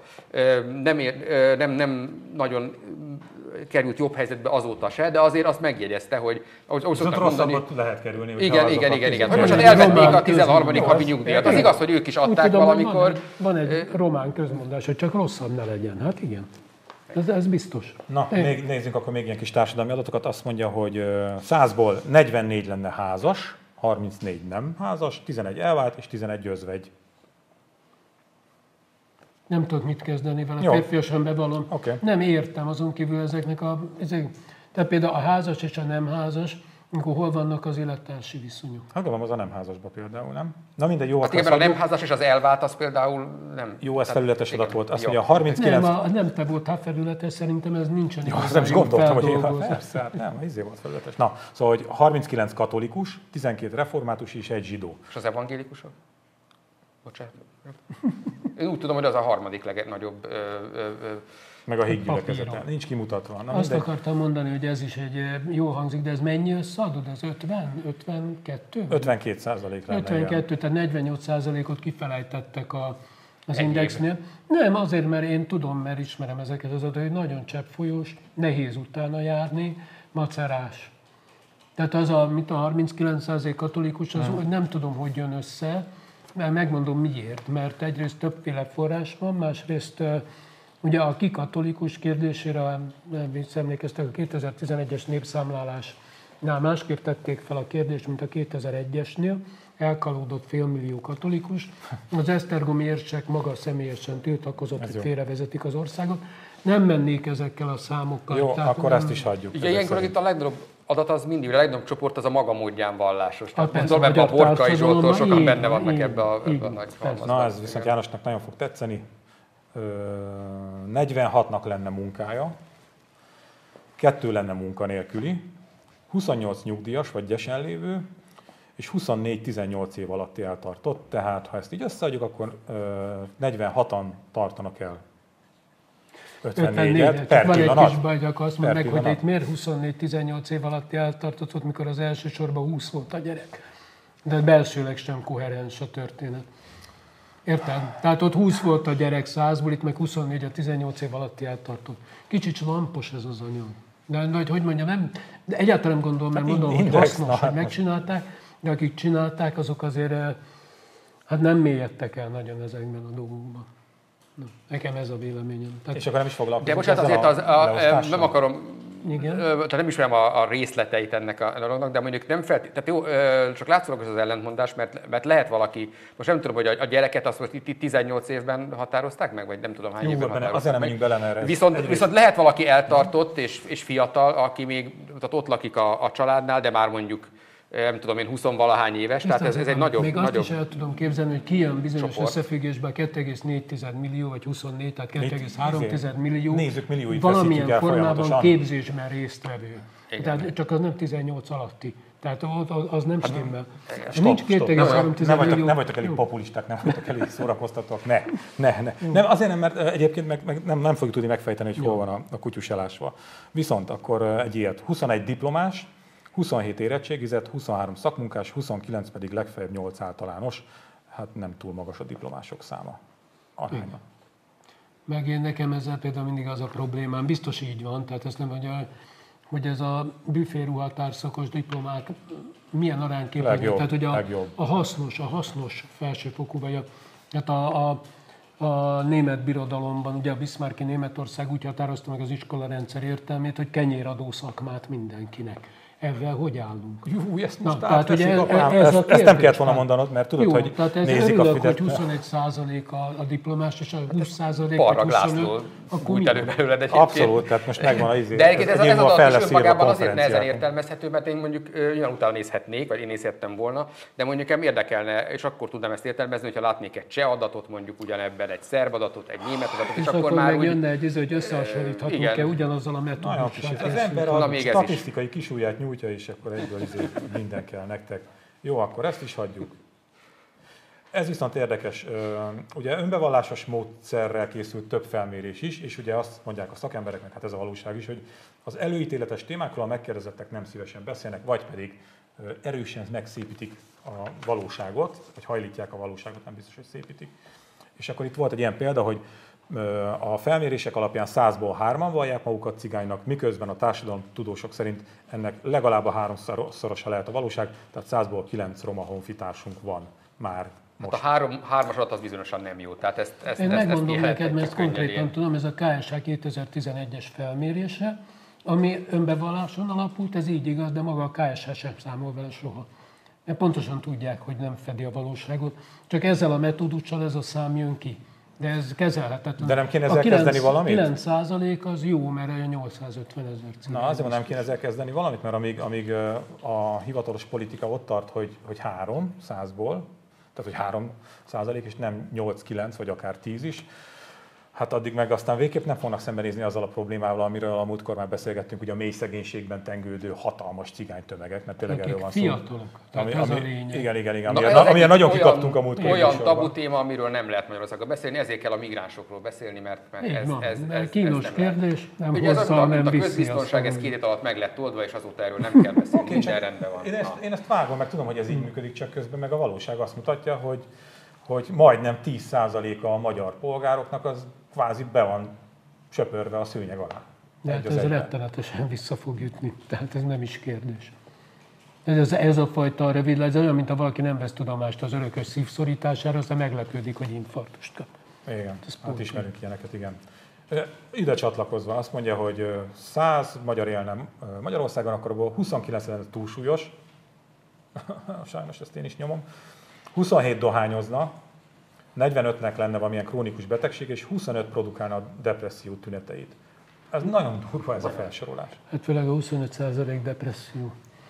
nem nagyon került jobb helyzetbe azóta se, de azért azt megjegyezte, hogy ahogy szokták mondani, lehet kerülni. Igen. Hogy most elvették a 13. havi nyugdíjat. Az igaz, hogy ők is adták valamikor. Van egy román közmondás, hogy csak rosszabb ne legyen. Hát igen. Ez biztos. Na, nézzünk akkor még ilyen kis társadalmi adatokat. Azt mondja, hogy 100-ból 44 lenne házas, 34 nem házas, 11 elvált és 11 özvegy. Nem tudok mit kezdeni vele, férfiasan bevallom. Okay. Nem értem azon kívül ezeknek tehát például a házas és a nem házas, amikor hol vannak az élettársi viszonyok? Hát gondolom, az a nem házasban például, nem? Na mindegy, jó. Hát igen, a nem házas és az elvált, az például nem. Jó, ez felületes adat volt. Azt mondja, 39... Nem te voltál felületes, szerintem ez nincsen. Jó, azt nem is gondoltam, hogy persze, hát nem, izé volt felületes. Na, szóval, hogy 39 katolikus, 12 református és egy zsidó. És az evangélikusok? Bocsánat. Én úgy tudom, hogy az a harmadik legnagyobb... Meg a hídgyülekezete. Nincs kimutatva. Na, azt akartam mondani, hogy ez is egy jó hangzik, de ez mennyi összeadod? Ez 50? 52? 52% lenne. 52, tehát 48%-ot kifelejtettek az Indexnél. Nem, azért, mert én tudom, mert ismerem ezeket az adatokat, hogy nagyon cseppfolyós, nehéz utána járni, macerás. Tehát az a 39% katolikus, az nem tudom, hogy jön össze, mert megmondom miért. Mert egyrészt többféle forrás van, másrészt ugye a kikatolikus kérdésére, emlékeztek, a 2011-es népszámlálásnál másképp tették fel a kérdést, mint a 2001-esnél. Elkalódott félmillió katolikus. Az esztergomi érsek maga személyesen tiltakozott, hogy félrevezetik az országot. Nem mennék ezekkel a számokkal. Jó, akkor ezt is hagyjuk. Ugye ilyenkor itt a legnagyobb adat az mindig, a legnagyobb csoport az a maga módján vallásos. Tehát mondom, ebben a Borkai Zsoltól sokan benne vannak ebben a nagy halmazban. Na ez viszont Jánosnak nagyon fog tetszeni. 46-nak lenne munkája, 2 lenne munkanélküli, 28 nyugdíjas vagy gyesen lévő, és 24-18 év alatti eltartott, tehát ha ezt így összeadjuk, akkor 46-an tartanak el 54-et per van pillanat. egy kis baj, akkor azt mondd meg, hogy itt miért 24-18 év alatti eltartott, mikor az első sorban 20 volt a gyerek. De belsőleg sem koherens a történet. Érted? Tehát ott 20 volt a gyerek 100-ból, itt meg 24 a 18 év alatti eltartott. Kicsit lampos ez az anyag. De hogy mondjam, nem, de egyáltalán nem gondolom, mert mondom, hogy hasznos, hogy megcsinálták, de akik csinálták, azok azért hát nem mélyedtek el nagyon ezekben a dolgokban. Nekem ez a véleményem. Tehát, és akkor nem is foglalkozunk. De bocsánat, azért nem akarom, igen. Tehát nem ismerem a részleteit ennek a dolognak, de mondjuk nem tehát jó, csak látszólag az ellentmondás, mert lehet valaki, most nem tudom, hogy a gyereket azt most itt 18 évben határozták meg, vagy nem tudom hány évben határozták meg. Bele, viszont lehet valaki eltartott és fiatal, aki még ott lakik a családnál, de már mondjuk nem tudom én, 20-valahány éves, tehát ez egy nagyobb... Még azt is el tudom képzelni, hogy kijön bizonyos csoport. Összefüggésben 2,4 millió, vagy 24, tehát 2,3 millió, nézzük, millióit valamilyen el formában képzésben résztvevő. Tehát csak az nem 18 alatti. Tehát az nem stimmel. Nincs 2,3 millió. Nem vagytok elég populisták, nem vagytok elég szórakoztatók. Ne. Nem, azért nem, mert egyébként nem fogjuk tudni megfejteni, hogy hol van a kutyus elásva. Viszont akkor egy ilyet, 21 diplomás, 27 érettségizett, 23 szakmunkás, 29 pedig legfeljebb 8 általános. Hát nem túl magas a diplomások száma. Arányban. Meg én nekem ezzel például mindig az a problémám, biztos így van, tehát ezt nem mondja, hogy ez a büféruhatár szakos diplomák milyen arányképpen, tehát hogy a hasznos felsőfokú, vagy a német birodalomban, ugye a Bismarcki Németország úgy határozta meg az iskolarendszer értelmét, hogy kenyéradó szakmát mindenkinek. Ezzel hogy állunk? Ezt nem kellett volna mondanod, mert tudod, hogy nézik a Fidesz. Hogy 21% a diplomás, és a 20% Parrag László bújt elő belőled egyébként. Abszolút, tehát most megvan az izé. De egyébként ez a adat is önmagában azért nehezen értelmezhető, mert én mondjuk olyan utána nézhetnék, vagy én nézhettem volna, de mondjuk nekem érdekelne, és akkor tudnám ezt értelmezni, hogyha látnék egy cseh adatot, mondjuk ugyanebben egy szerb adatot, egy német adatot, és akkor már úgy... jönne egy hogy összehasonlíthatunk-e ugyanazzal a metódussal. Az ember a statisztikai kisujját nyújtja, és akkor egyből minden kell nektek. Jó, akkor ezt is hagyjuk. Ez viszont érdekes. Ugye önbevallásos módszerrel készült több felmérés is, és ugye azt mondják a szakembereknek, hát ez a valóság is, hogy az előítéletes témákról a megkérdezettek nem szívesen beszélnek, vagy pedig erősen megszépítik a valóságot, vagy hajlítják a valóságot, nem biztos, hogy szépítik. És akkor itt volt egy ilyen példa, hogy a felmérések alapján 100-ból 3-an vallják magukat cigánynak, miközben a társadalomtudósok szerint ennek legalább a 3-szorosa lehet a valóság, tehát 100-ból 9 roma honfitársunk van már most. Hát a 3-as adat az bizonyosan nem jó. Tehát én megmondom neked, mert ezt konkrétan tudom, ez a KSH 2011-es felmérése, ami önbevalláson alapult, ez így igaz, de maga a KSH sem számol vele soha. Mert pontosan tudják, hogy nem fedi a valóságot, csak ezzel a metódussal ez a szám jön ki. De ez kezelhetetlen. De nem kéne ezzel kezdeni valamit? 9% az jó, mert olyan 850 000 cég. Na azért nem kéne ezzel kezdeni valamit, mert amíg a hivatalos politika ott tart, hogy 3 100-ból, tehát hogy 3% és nem 8-9 vagy akár 10 is, hát addig meg aztán végképp nem fognak szembenézni azzal a problémával, amiről a múltkor már beszélgettünk, hogy a mély szegénységben tengődő hatalmas cigánytömegek, mert tényleg erről van szó. Fiatalok, tehát ez a lényeg. Igen, amilyen nagyon kikaptunk a múltkor. Olyan tabu téma, amiről nem lehet Magyarországon beszélni, ezért kell a migránsokról beszélni, mert ez kínos nem kérdés, nem ugye hozzá, nem a viszi. közbiztonság, ez 2 hét alatt meg lett oldva, és azóta erről nem kell beszélni, minden rendben van. Én ezt vágom, meg tudom, hogy ez így működik, csak közben meg a valóság azt mutatja, hogy majdnem 10%-a a magyar polgároknak az kvázi be van söpörve a szőnyeg alá. De hát ez rettenetesen vissza fog jutni, tehát ez nem is kérdés. Ez a fajta rövidlát, ez olyan, mint ha valaki nem vesz tudomást az örökös szívszorítására, aztán meglepődik, hogy infarktust kap. Igen, hát ismerünk ilyeneket, igen. Ide csatlakozva azt mondja, hogy 100 magyar élne Magyarországon, akkor abból 29 lenne túlsúlyos, sajnos ezt én is nyomom, 27 dohányozna, 45-nek lenne valamilyen krónikus betegség, és 25 produkálna a depresszió tüneteit. Ez nagyon durva ez a felsorolás. Hát főleg a 25% depresszió.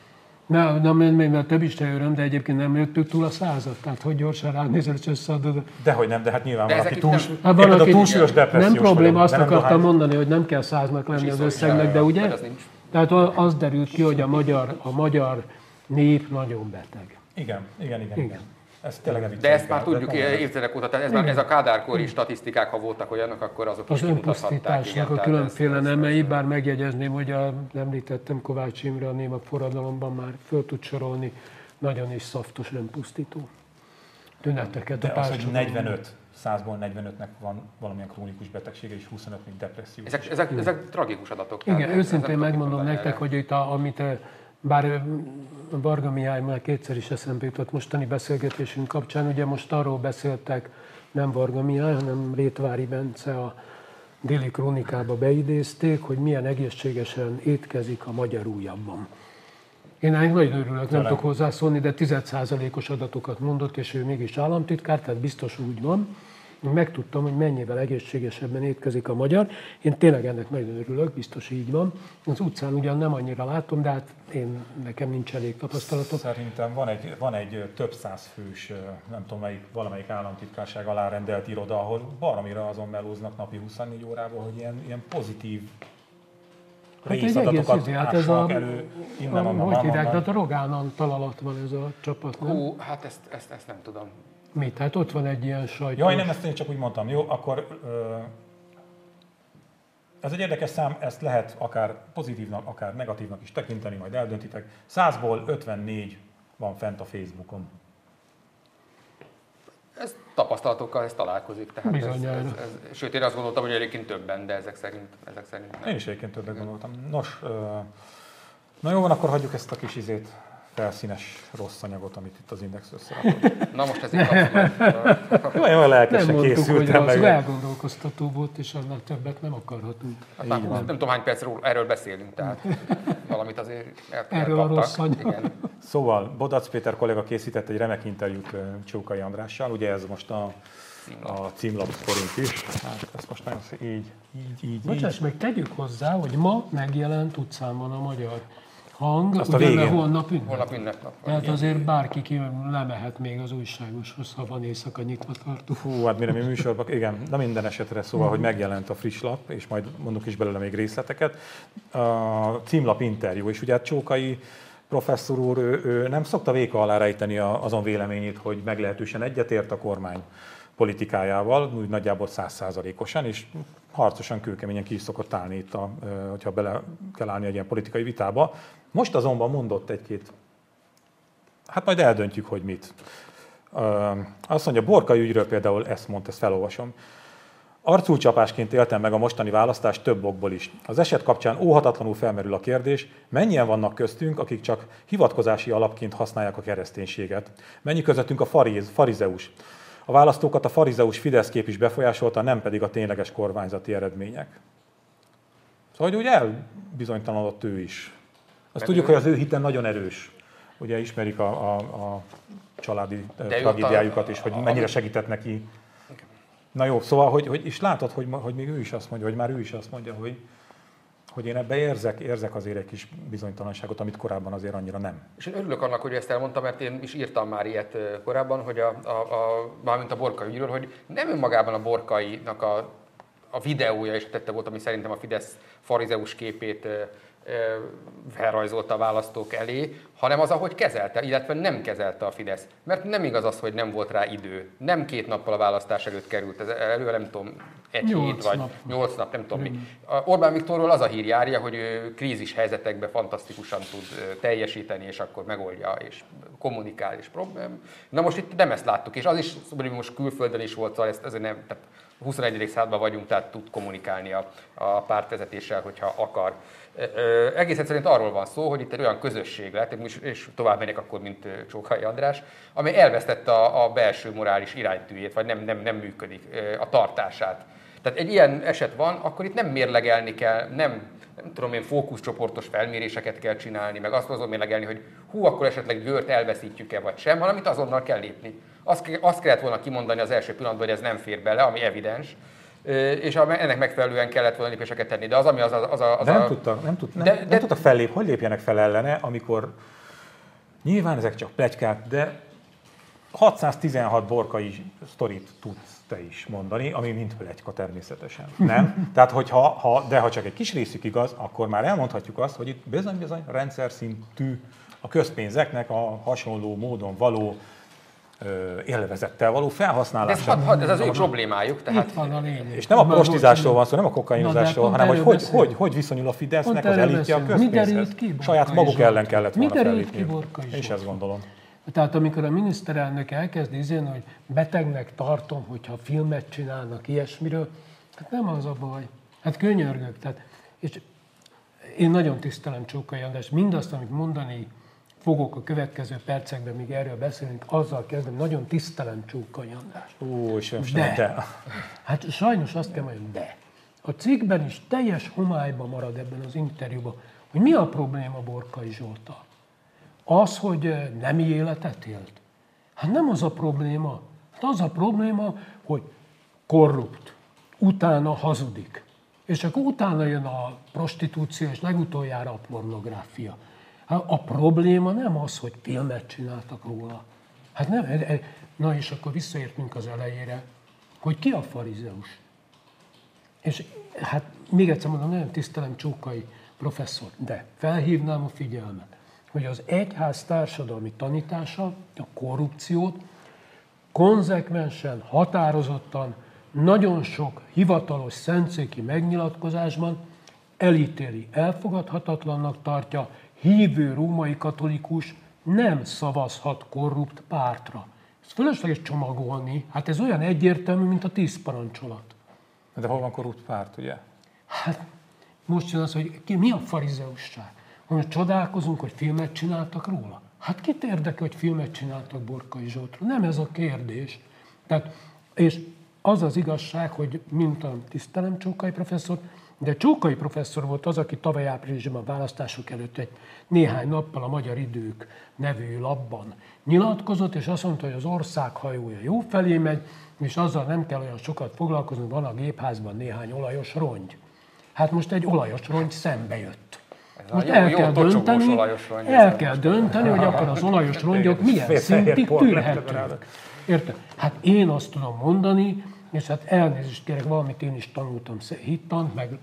Mert több is öröm, de egyébként nem jöttük túl a 100-at. Tehát hogy gyorsan ránézel, és összeadod. Dehogy nem, de hát nyilván de valaki túlsúlyos depressziós. Nem probléma, azt akartam mondani, hogy nem kell 100-nak lenni az összegnek, de ugye? Tehát az derült ki, hogy a magyar nép nagyon beteg. Igen. Ez tényleg de ezt már tudjuk évtizedek óta, tehát ez a Kádárkori statisztikák, ha voltak olyanok, akkor azok az is kimutathatták. Az önpusztításnak a különféle nemei, bár megjegyezném, hogy említettem Kovács Imre a néma forradalomban már föl tud sorolni nagyon is szaftos önpusztító tüneteket. De az, hogy 100-ból 45-nek van valamilyen krónikus betegsége, és 25 mint depresszió. Ezek tragikus adatok. Igen, őszintén megmondom nektek, hogy itt amit bár Varga Mihály már kétszer is eszembe jutott mostani beszélgetésünk kapcsán, ugye most arról beszéltek, nem Varga Mihály, hanem Rétvári Bence a Déli Krónikába beidézték, hogy milyen egészségesen étkezik a magyar újabban. Én ennek nagyon örülök, nem tudok hozzászólni, de 10%-os adatokat mondott, és ő mégis államtitkár, tehát biztos úgy van. Megtudtam, hogy mennyivel egészségesebben étkezik a magyar. Én tényleg ennek nagyon örülök, biztos így van. Az utcán ugyan nem annyira látom, de hát nekem nincs elég tapasztalatom. Szerintem van egy több száz fős, nem tudom valamelyik államtitkárság alá rendelt iroda, ahol baromira azon melóznak napi 24 órában, hogy ilyen pozitív részadatokat ásnak elő innen, onnan. Hogy hívják, de a Rogán Antal alatt van ez a csapat, nem? Hát ezt nem tudom. Mit? Hát ott van egy ilyen sajtós... Jaj, nem, ezt én csak úgy mondtam. Jó, akkor ez egy érdekes szám, ezt lehet akár pozitívnak, akár negatívnak is tekinteni, majd eldöntitek. 100-ból 54 van fent a Facebookon. Ez tapasztalatokkal ez találkozik. Tehát sőt, én azt gondoltam, hogy egyébként többen, de ezek szerint nem. Én is egyébként többet gondoltam. Nos, na jó van, akkor hagyjuk ezt a kis felszínes rossz anyagot, amit itt az Index összerakott. Na most ez így kapcsolat. Olyan lelkesen készültem meg. Nem elgondolkoztató volt, és annál többet nem akarhatunk. Hát nem tudom, hány percről erről beszélünk, tehát valamit azért erről a rossz anyag. Szóval Bodac Péter kolléga készített egy remek interjút Csókai Andrással, ugye ez most a címlap forint is. Hát ezt most nagyon így. Bocsáss meg, tegyük hozzá, hogy ma megjelent utcán a magyar hang, azt a végén. Holnap ünnepnap. Tehát azért bárki ki lemehet még az újságoshoz, ha van éjszaka nyitva tartó. Hú, hát mire mi műsorban, igen, na minden esetre szóval, hogy megjelent a friss lap, és majd mondok is belőle még részleteket. A címlap interjú, és ugye hát Csókai professzor úr, ő nem szokta véka alá rejteni azon véleményét, hogy meglehetősen egyetért a kormány politikájával, úgy nagyjából 100%-osan, és harcosan, kőkeményen ki is szokott állni itt, hogyha bele kell állni egy ilyen politikai vitába. Most azonban mondott egy-két, hát majd eldöntjük, hogy mit. Azt mondja, Borkai ügyről például ezt mondta, ezt felolvasom. Arculcsapásként éltem meg a mostani választást több okból is. Az eset kapcsán óhatatlanul felmerül a kérdés, mennyien vannak köztünk, akik csak hivatkozási alapként használják a kereszténységet. Mennyi közöttünk a farizeus. A választókat a farizeus Fidesz kép is befolyásolta, nem pedig a tényleges kormányzati eredmények. Szóval, hogy úgy elbizonytalanodott ő is. Azt tudjuk, hogy az ő hite nagyon erős. Ugye ismerik a családi tragédiájukat is, hogy mennyire segített neki. Na jó, szóval, hogy és látod, hogy még ő is azt mondja, hogy már ő is azt mondja, hogy én ebbe érzek azért egy kis bizonytalanságot, amit korábban azért annyira nem. És én örülök annak, hogy ezt elmondtam, mert én is írtam már ilyet korábban, hogy mármint a Borkai ügyről, hogy nem önmagában a Borkainak a videója is tette volt, ami szerintem a Fidesz farizeus képét felrajzolta a választók elé, hanem az, ahogy kezelte, illetve nem kezelte a Fidesz. Mert nem igaz az, hogy nem volt rá idő. Nem 2 nappal a választás előtt került ez elő, nem tudom, 1 hét vagy 8 nap, nem tudom mi. Orbán Viktorról az a hír járja, hogy ő krízis helyzetekben fantasztikusan tud teljesíteni, és akkor megoldja, és kommunikál, és problém. Na most itt nem ezt láttuk, és az is, hogy most külföldön is volt, szóval ez nem, tehát 21. században vagyunk, tehát tud kommunikálni a pártvezetéssel, hogyha akar. Egész egyszerűen arról van szó, hogy itt egy olyan közösség lett, és tovább megyek akkor, mint Csókai András, amely elvesztette a belső morális iránytűjét, vagy nem működik, a tartását. Tehát egy ilyen eset van, akkor itt nem mérlegelni kell, nem tudom én, fókuszcsoportos felméréseket kell csinálni, meg azt azon mérlegelni, hogy akkor esetleg Győrt elveszítjük-e vagy sem, hanem itt azonnal kell lépni. Azt kellett volna kimondani az első pillanatban, hogy ez nem fér bele, ami evidens, és ennek megfelelően kellett volna lépéseket tenni. De az, ami nem tudtak fellépni, hogy lépjenek fel ellene, amikor nyilván ezek csak pletykák, de 616 Borkai sztorit tudsz te is mondani, ami mind pletyka természetesen. Nem? Tehát, ha csak egy kis részük igaz, akkor már elmondhatjuk azt, hogy itt bizony rendszer szintű a közpénzeknek a hasonló módon való élvezettel való felhasználása. Ez az ő problémájuk. Tehát... Itt van a lényeg. És nem a prostizásról van szó, nem a kokainozásról, hanem hogy viszonyul a Fidesznek az elitje a közpénzhez. Saját maguk ellen kellett volna fellépni. Én is ezt gondolom. Tehát amikor a miniszterelnök elkezd izélni, hogy betegnek tartom, hogyha filmet csinálnak ilyesmiről, hát nem az a baj. Hát könyörgök. Tehát, és én nagyon tisztelem Csókai András. Mindazt, amit mondani fogok a következő percekben, míg erről beszélünk, azzal kezdem, nagyon tisztelem Csókai András. De. Hát sajnos azt kell mondani, de. A cikkben is teljes homályban marad ebben az interjúban, hogy mi a probléma Borkai Zsolttal. Az, hogy nemi életet élt? Hát nem az a probléma. Hát az a probléma, hogy korrupt, utána hazudik. És akkor utána jön a prostitúció, és legutoljára a pornográfia. Hát a probléma nem az, hogy filmet csináltak róla. Hát nem, na és akkor visszaértünk az elejére, hogy ki a farizeus. És hát még egyszer mondom, nagyon tisztelem Csókai professzor, de felhívnám a figyelmet, hogy az egyház társadalmi tanítása a korrupciót konzekvensen, határozottan, nagyon sok hivatalos szentszéki megnyilatkozásban elítéli, elfogadhatatlannak tartja, hívő római katolikus nem szavazhat korrupt pártra. Ez fölösleges csomagolni, hát ez olyan egyértelmű, mint a 10 parancsolat. De hol van korrupt párt, ugye? Hát most jön az, hogy mi a farizeusság? Hogy csodálkozunk, hogy filmet csináltak róla? Hát kit érdekel, hogy filmet csináltak Borkai Zsoltról? Nem ez a kérdés. Tehát, és az az igazság, hogy mint a tisztelem Csókai professzor, de Csókai professzor volt az, aki tavaly áprilisban a választások előtt egy néhány nappal a Magyar Idők nevű lapban nyilatkozott, és azt mondta, hogy az ország hajója jó felé megy, és azzal nem kell olyan sokat foglalkozni, van a gépházban néhány olajos rongy. Hát most egy olajos rongy szembe jött. Most el kell dönteni, hogy akkor az olajos rongyok milyen szintig tűrhetők. Érted? Hát én azt tudom mondani, és hát elnézést kérek, valamit én is tanultam hittant, meg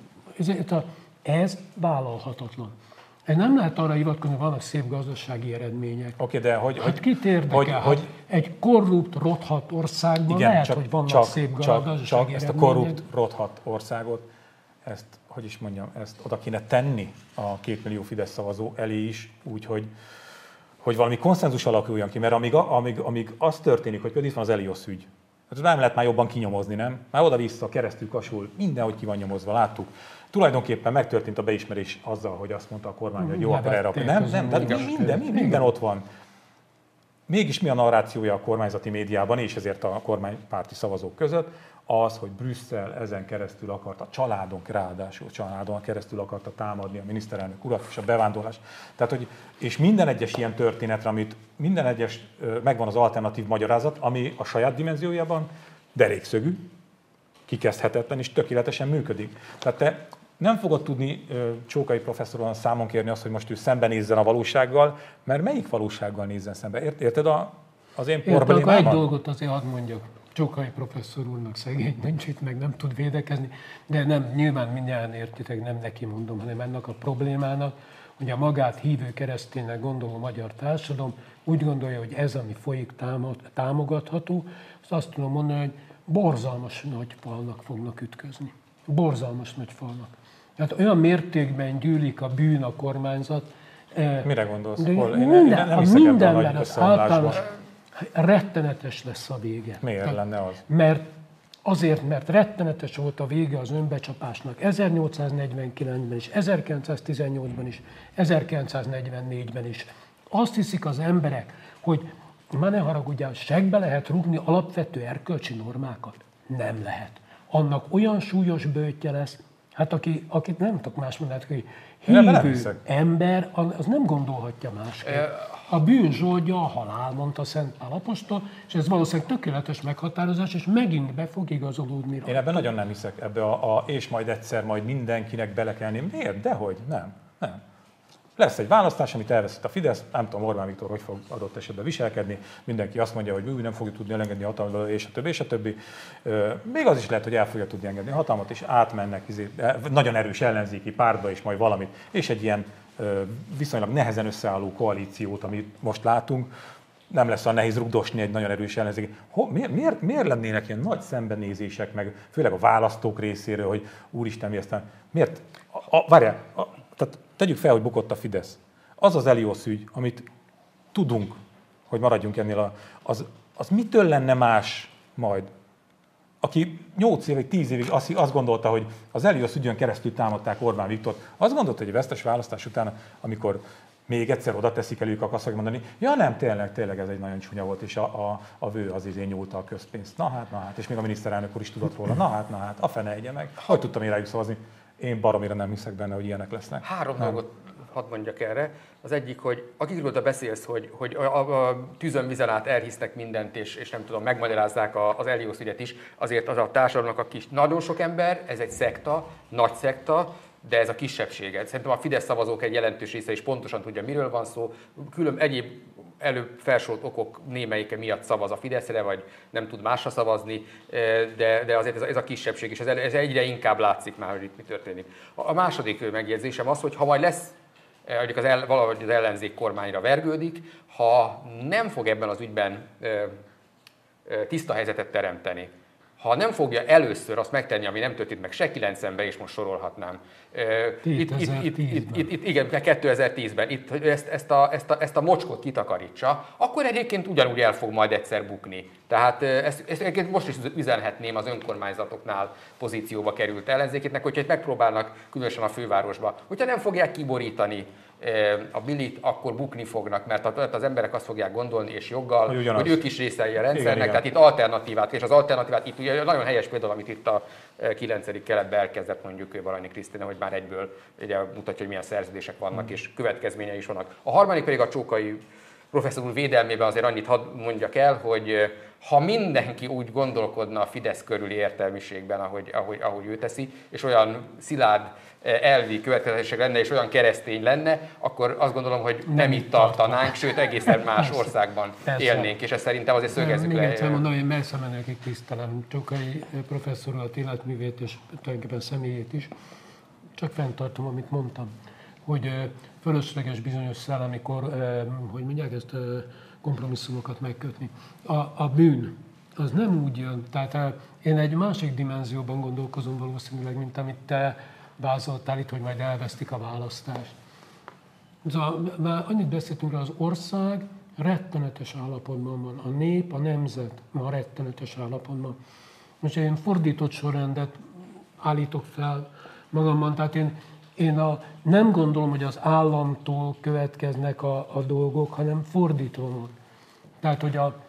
ez vállalhatatlan. Ez nem lehet arra hivatkozni, hogy vannak szép gazdasági eredmények. Oké, de hát kit érdekel? Hát egy korrupt, rothadt országban igen, lehet, hogy vannak szép gazdasági eredmények. Ezt a korrupt, rothadt országot, ezt, hogy is mondjam, ezt oda kéne tenni a 2 millió Fidesz szavazó elé is, úgyhogy hogy valami konszenzus alakuljon ki, mert amíg az történik, hogy például itt van az Eliosz ügy, hát nem lehet már jobban kinyomozni, nem? Már oda-vissza, keresztül, kasul, mindenhogy ki van nyomozva, láttuk. Tulajdonképpen megtörtént a beismerés azzal, hogy azt mondta a kormány, hogy jó, akkor erre. Nem, de minden ott van. Mégis mi a narrációja a kormányzati médiában, és ezért a kormánypárti szavazók között, az, hogy Brüsszel ezen keresztül akarta, családon keresztül akarta támadni a miniszterelnök urat és a bevándorlás. Tehát, hogy, és minden egyes ilyen történetre, amit minden egyes, megvan az alternatív magyarázat, ami a saját dimenziójában derékszögű, kikezdhetetlen és tökéletesen működik. Tehát te nem fogod tudni Csókai professzoron számon kérni azt, hogy most ő szembenézzen a valósággal, mert melyik valósággal nézzen szembe? Érted az én problémámat? Egy dolgot azért hadd mondjak. Csókai professzor úrnak szegény nincs itt, meg nem tud védekezni, de nem, nyilván mindjárt értitek, nem neki mondom, hanem ennek a problémának, hogy a magát hívő kereszténynek gondoló magyar társadalom úgy gondolja, hogy ez, ami folyik, támogatható, azt tudom mondani, hogy borzalmas nagy falnak fognak ütközni. Borzalmas nagy falnak. Tehát olyan mértékben gyűlik a bűn a kormányzat. Mire gondolsz? Mindenben az általános rettenetes lesz a vége. Miért lenne az? Mert rettenetes volt a vége az önbecsapásnak 1849-ben is, 1918-ban is, 1944-ben is. Azt hiszik az emberek, hogy már ne haragudjál, segbe lehet rúgni alapvető erkölcsi normákat? Nem lehet. Annak olyan súlyos böjtje lesz, hát akit nem tudok más mondani, hogy hívő ember, az nem gondolhatja másképp. A bűn zsoldja a halál, mondta Szent Pál apostol, és ez valószínűleg tökéletes meghatározás, és megint be fog igazolódni rá. Én ebben nagyon nem hiszek, ebbe és majd egyszer majd mindenkinek belekelni. Miért? Dehogy? Nem. Lesz egy választás, amit elveszett a Fidesz, nem tudom Orbán Viktor hogy fog adott esetben viselkedni, mindenki azt mondja, hogy nem fogja tudni elengedni a hatalmat, és a többi. Még az is lehet, hogy el fogja tudni engedni a hatalmat, és átmennek nagyon erős ellenzéki pártba is majd valamit, és egy ilyen viszonylag nehezen összeálló koalíciót, amit most látunk, nem lesz olyan nehéz rugdosni egy nagyon erős ellenzék. Miért lennének ilyen nagy szembenézések, meg főleg a választók részéről, hogy úristen, mi aztán... Miért? Várjál, tehát tegyük fel, hogy bukott a Fidesz. Az az Elios ügy, amit tudunk, hogy maradjunk ennél, az mitől lenne más majd? Aki 8 évig, 10 évig azt gondolta, hogy az Elios ügyön keresztül támadták Orbán Viktort, azt gondolta, hogy a vesztes választás után, amikor még egyszer oda teszik elő, akkor azt fogja mondani, ja nem, tényleg ez egy nagyon csúnya volt, és a vő az nyúlta a közpénzt. Na hát, és még a miniszterelnök úr is tudott róla. Na hát, a fene egye meg. Hogy tudtam én rájuk szavazni? Én baromira nem hiszek benne, hogy ilyenek lesznek. 3 dolgot hadd mondjak erre. Az egyik, hogy akikről beszélsz, hogy a tűzön vizen át elhisznek mindent, és nem tudom, megmagyarázzák az Elios ügyet is, azért az a társadalomnak a kis, nagyon sok ember, ez egy szekta, nagy szekta, de ez a kisebbséget. Szerintem a Fidesz szavazók egy jelentős része is pontosan tudja, miről van szó. Külön egyéb előbb felsorolt okok némelyike miatt szavaz a Fideszre, vagy nem tud másra szavazni, de azért ez a kisebbség, és ez egyre inkább látszik már, hogy itt mi történik. A második megjegyzésem az, hogy ha majd lesz, mondjuk valahogy az ellenzék kormányra vergődik, ha nem fog ebben az ügyben tiszta helyzetet teremteni, ha nem fogja először azt megtenni, ami nem történt meg se 90-ben, és most sorolhatnám. 2010-ben. Itt, hogy ezt a mocskot kitakarítsa, akkor egyébként ugyanúgy el fog majd egyszer bukni. Tehát ezt egyébként most is üzenhetném az önkormányzatoknál pozícióba került ellenzékétnek, hogyha itt megpróbálnak, különösen a fővárosba, hogyha nem fogják kiborítani a bilit, akkor bukni fognak, mert az emberek azt fogják gondolni, és joggal, hogy ők is részei a rendszernek, igen. Tehát itt alternatívát, és az alternatívát itt ugye nagyon helyes például, amit itt a 9. keletben elkezdett mondjuk Baranyi Krisztina, hogy már egyből ugye mutatja, hogy milyen szerződések vannak, és következményei is vannak. A harmadik pedig a Csókai professzor úr védelmében azért annyit hadd mondjak el, hogy ha mindenki úgy gondolkodna a Fidesz körüli értelmiségben, ahogy ő teszi, és olyan szilárd elvi következések lenne, és olyan keresztény lenne, akkor azt gondolom, hogy nem itt tartanánk, sőt egészen más országban élnénk, és ezt szerintem azért szögezzük le. Még egyszer mondom, én messze menőkig tisztelem Csókai professzor urat, életművét és tulajdonképpen személyét is. Csak fenntartom, amit mondtam, hogy fölösleges bizonyos amikor, hogy mondják ezt, kompromisszumokat megkötni. A bűn, az nem úgy jön. Tehát én egy másik dimenzióban gondolkozom valószínűleg, mint amit te vázoltál itt, hogy majd elvesztik a választást. Már annyit beszéltünk rá, az ország rettenetes állapotban van. A nép, a nemzet ma rettenetes állapotban. Most én fordított sorrendet állítok fel magamban, tehát én nem gondolom, hogy az államtól következnek a dolgok, hanem fordítva van. Tehát, hogy a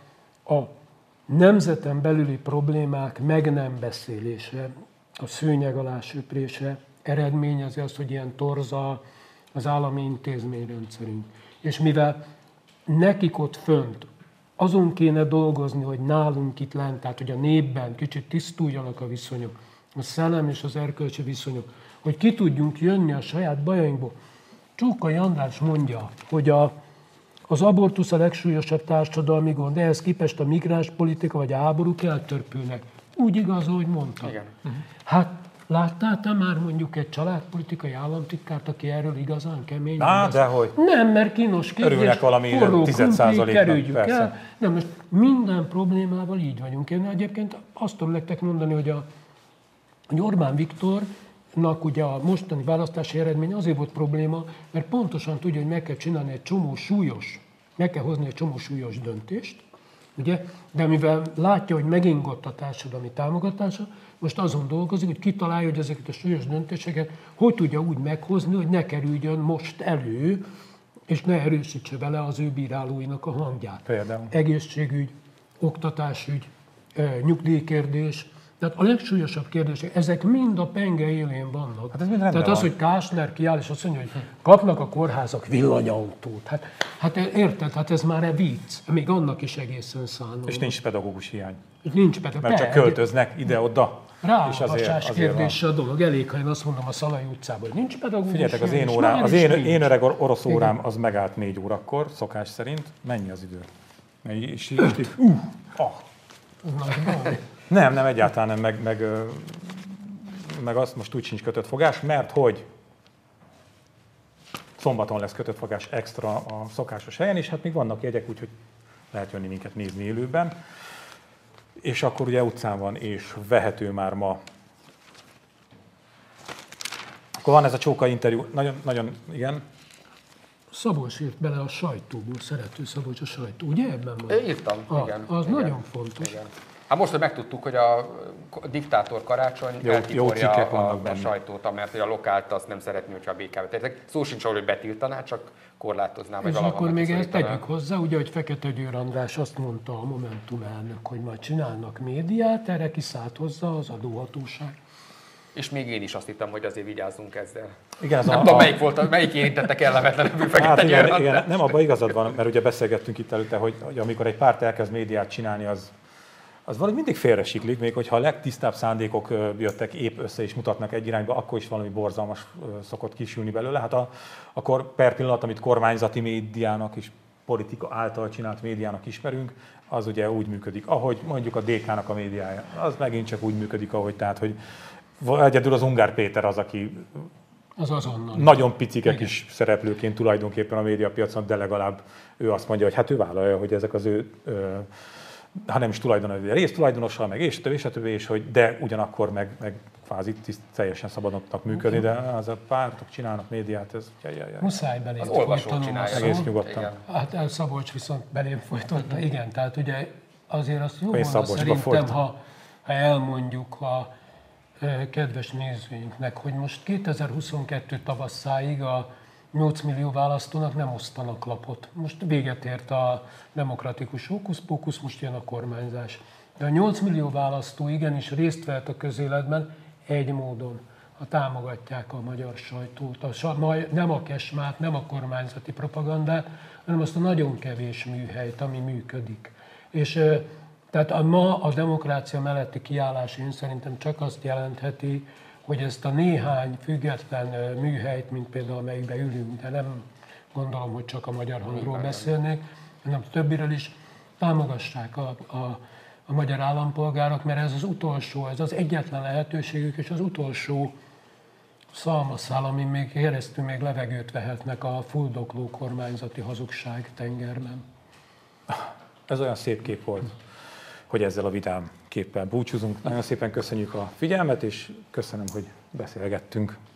nemzeten belüli problémák meg nem beszélése, a szőnyeg alá söprése eredményezi azt, hogy ilyen torza az állami intézményrendszerünk. És mivel nekik ott fönt azon kéne dolgozni, hogy nálunk itt lent, tehát hogy a népben kicsit tisztuljanak a viszonyok, a szellem és az erkölcsi viszonyok, hogy ki tudjunk jönni a saját bajainkból. Csókai András mondja, hogy az abortusz a legsúlyosabb társadalmi gond, de ehhez képest a migránspolitika vagy a háborúk eltörpülnek. Úgy igaz, ahogy mondta. Igen. Hát láttál te már mondjuk egy családpolitikai államtitkárt, aki erről igazán kemény? Dehogy. Nem, mert kínos kérdés. Örülnek valami 10%-nak, persze. El. Nem, most minden problémával így vagyunk. Én egyébként azt tudom nektek mondani, hogy Orbán Viktornak ugye a mostani választási eredmény azért volt probléma, mert pontosan tudja, hogy meg kell csinálni meg kell hozni egy csomó súlyos döntést, ugye? De mivel látja, hogy megingott a társadalmi támogatása, most azon dolgozik, hogy kitalálja, hogy ezeket a súlyos döntéseket hogy tudja úgy meghozni, hogy ne kerüljön most elő, és ne erősítse vele az ő bírálóinak a hangját. Például. Egészségügy, oktatásügy, nyugdíjkérdés. Tehát a legsúlyosabb kérdések, ezek mind a penge élén vannak. Hát ez mind tehát az, hogy Kásner kiáll, és azt mondja, hogy kapnak a kórházak villanyautót. Hát érted, hát ez már egy vicc. Még annak is egészen szánalmas. És nincs pedagógus hiány. Nincs pedagógus. Mert csak költöznek ide-oda. Ráolvasás kérdése a dolog. Elég, ha én azt mondom a Szalai utcában, hogy nincs pedagógus. Figyeljetek, az én öreg orosz órám az megállt 4 órakor, szokás szerint. Mennyi az idő? Nem, egyáltalán nem, meg azt most úgy sincs kötött fogás, mert hogy szombaton lesz kötött fogás extra a szokásos helyen, és hát még vannak jegyek, úgyhogy lehet jönni minket nézni élőben. És akkor ugye utcán van, és vehető már ma. Akkor van ez a Csóka interjú, nagyon, igen. Szabolcs írt bele a sajtóból, szerető Szabolcs a sajtó, ugye ebben van? Írtam, igen. Az igen, nagyon fontos. Igen. Hát most, hogy megtudtuk, hogy a diktátor Karácsony eltiporja a sajtót, mert a lokált azt nem szeretné, hogyha a békába tértek. Szó sincs arról, hogy betiltaná, csak korlátozná. És akkor még ezt tegyük hozzá, ugye, hogy Fekete Győr András azt mondta a Momentum elnök, hogy majd csinálnak médiát, erre kiszállt hozzá az adóhatóság. És még én is azt hittem, hogy azért vigyázzunk ezzel. Igen, ez nem tudom, melyik érintette kellemetlenebbül Fekete Győr András. Igen, nem, abban igazad van, mert ugye beszélgettünk itt előtte, hogy amikor egy párt elkezd médiát csinálni, az valahogy mindig félresiklik, még hogyha a legtisztább szándékok jöttek épp össze és mutatnak egy irányba, akkor is valami borzalmas szokott kisülni belőle. Hát akkor per pillanat, amit kormányzati médiának és politika által csinált médiának ismerünk, az ugye úgy működik, ahogy mondjuk a DK-nak a médiája. Az megint csak úgy működik, ahogy tehát, hogy egyedül az Ungár Péter az, aki nagyon picike kis szereplőként tulajdonképpen a médiapiacon, de legalább ő azt mondja, hogy hát ő vállalja, hogy ezek az ő ha nem is tulajdonos, de résztulajdonossal, meg és többi, és hogy de ugyanakkor meg kvázi teljesen szabadnak működni, de az a pártok csinálnak médiát, ez muszáj belém folytanom a egész nyugodtan. Hát Szabolcs viszont belém folytatta, igen, tehát ugye azért azt jó volna szerintem, ha elmondjuk a kedves nézőinknek, hogy most 2022 tavasszáig a 8 millió választónak nem osztanak lapot. Most véget ért a demokratikus hókusz-pókusz, most jön a kormányzás. De a 8 millió választó igenis részt vehet a közéletben egy módon, ha támogatják a magyar sajtót. Nem a kesmát, nem a kormányzati propagandát, hanem azt a nagyon kevés műhelyt, ami működik. És tehát ma a demokrácia melletti kiállás én szerintem csak azt jelentheti, hogy ezt a néhány független műhelyt, mint például amelyikben ülünk, de nem gondolom, hogy csak a Magyar Hangról beszélnék, hanem többiről is támogassák a magyar állampolgárok, mert ez az utolsó, ez az egyetlen lehetőségük, és az utolsó szalmaszál, amin még keresztül még levegőt vehetnek a fuldokló kormányzati hazugság tengerben. Ez olyan szép kép volt, hogy ezzel a vidám képpel búcsúzunk. Nagyon szépen köszönjük a figyelmet, és köszönöm, hogy beszélgettünk.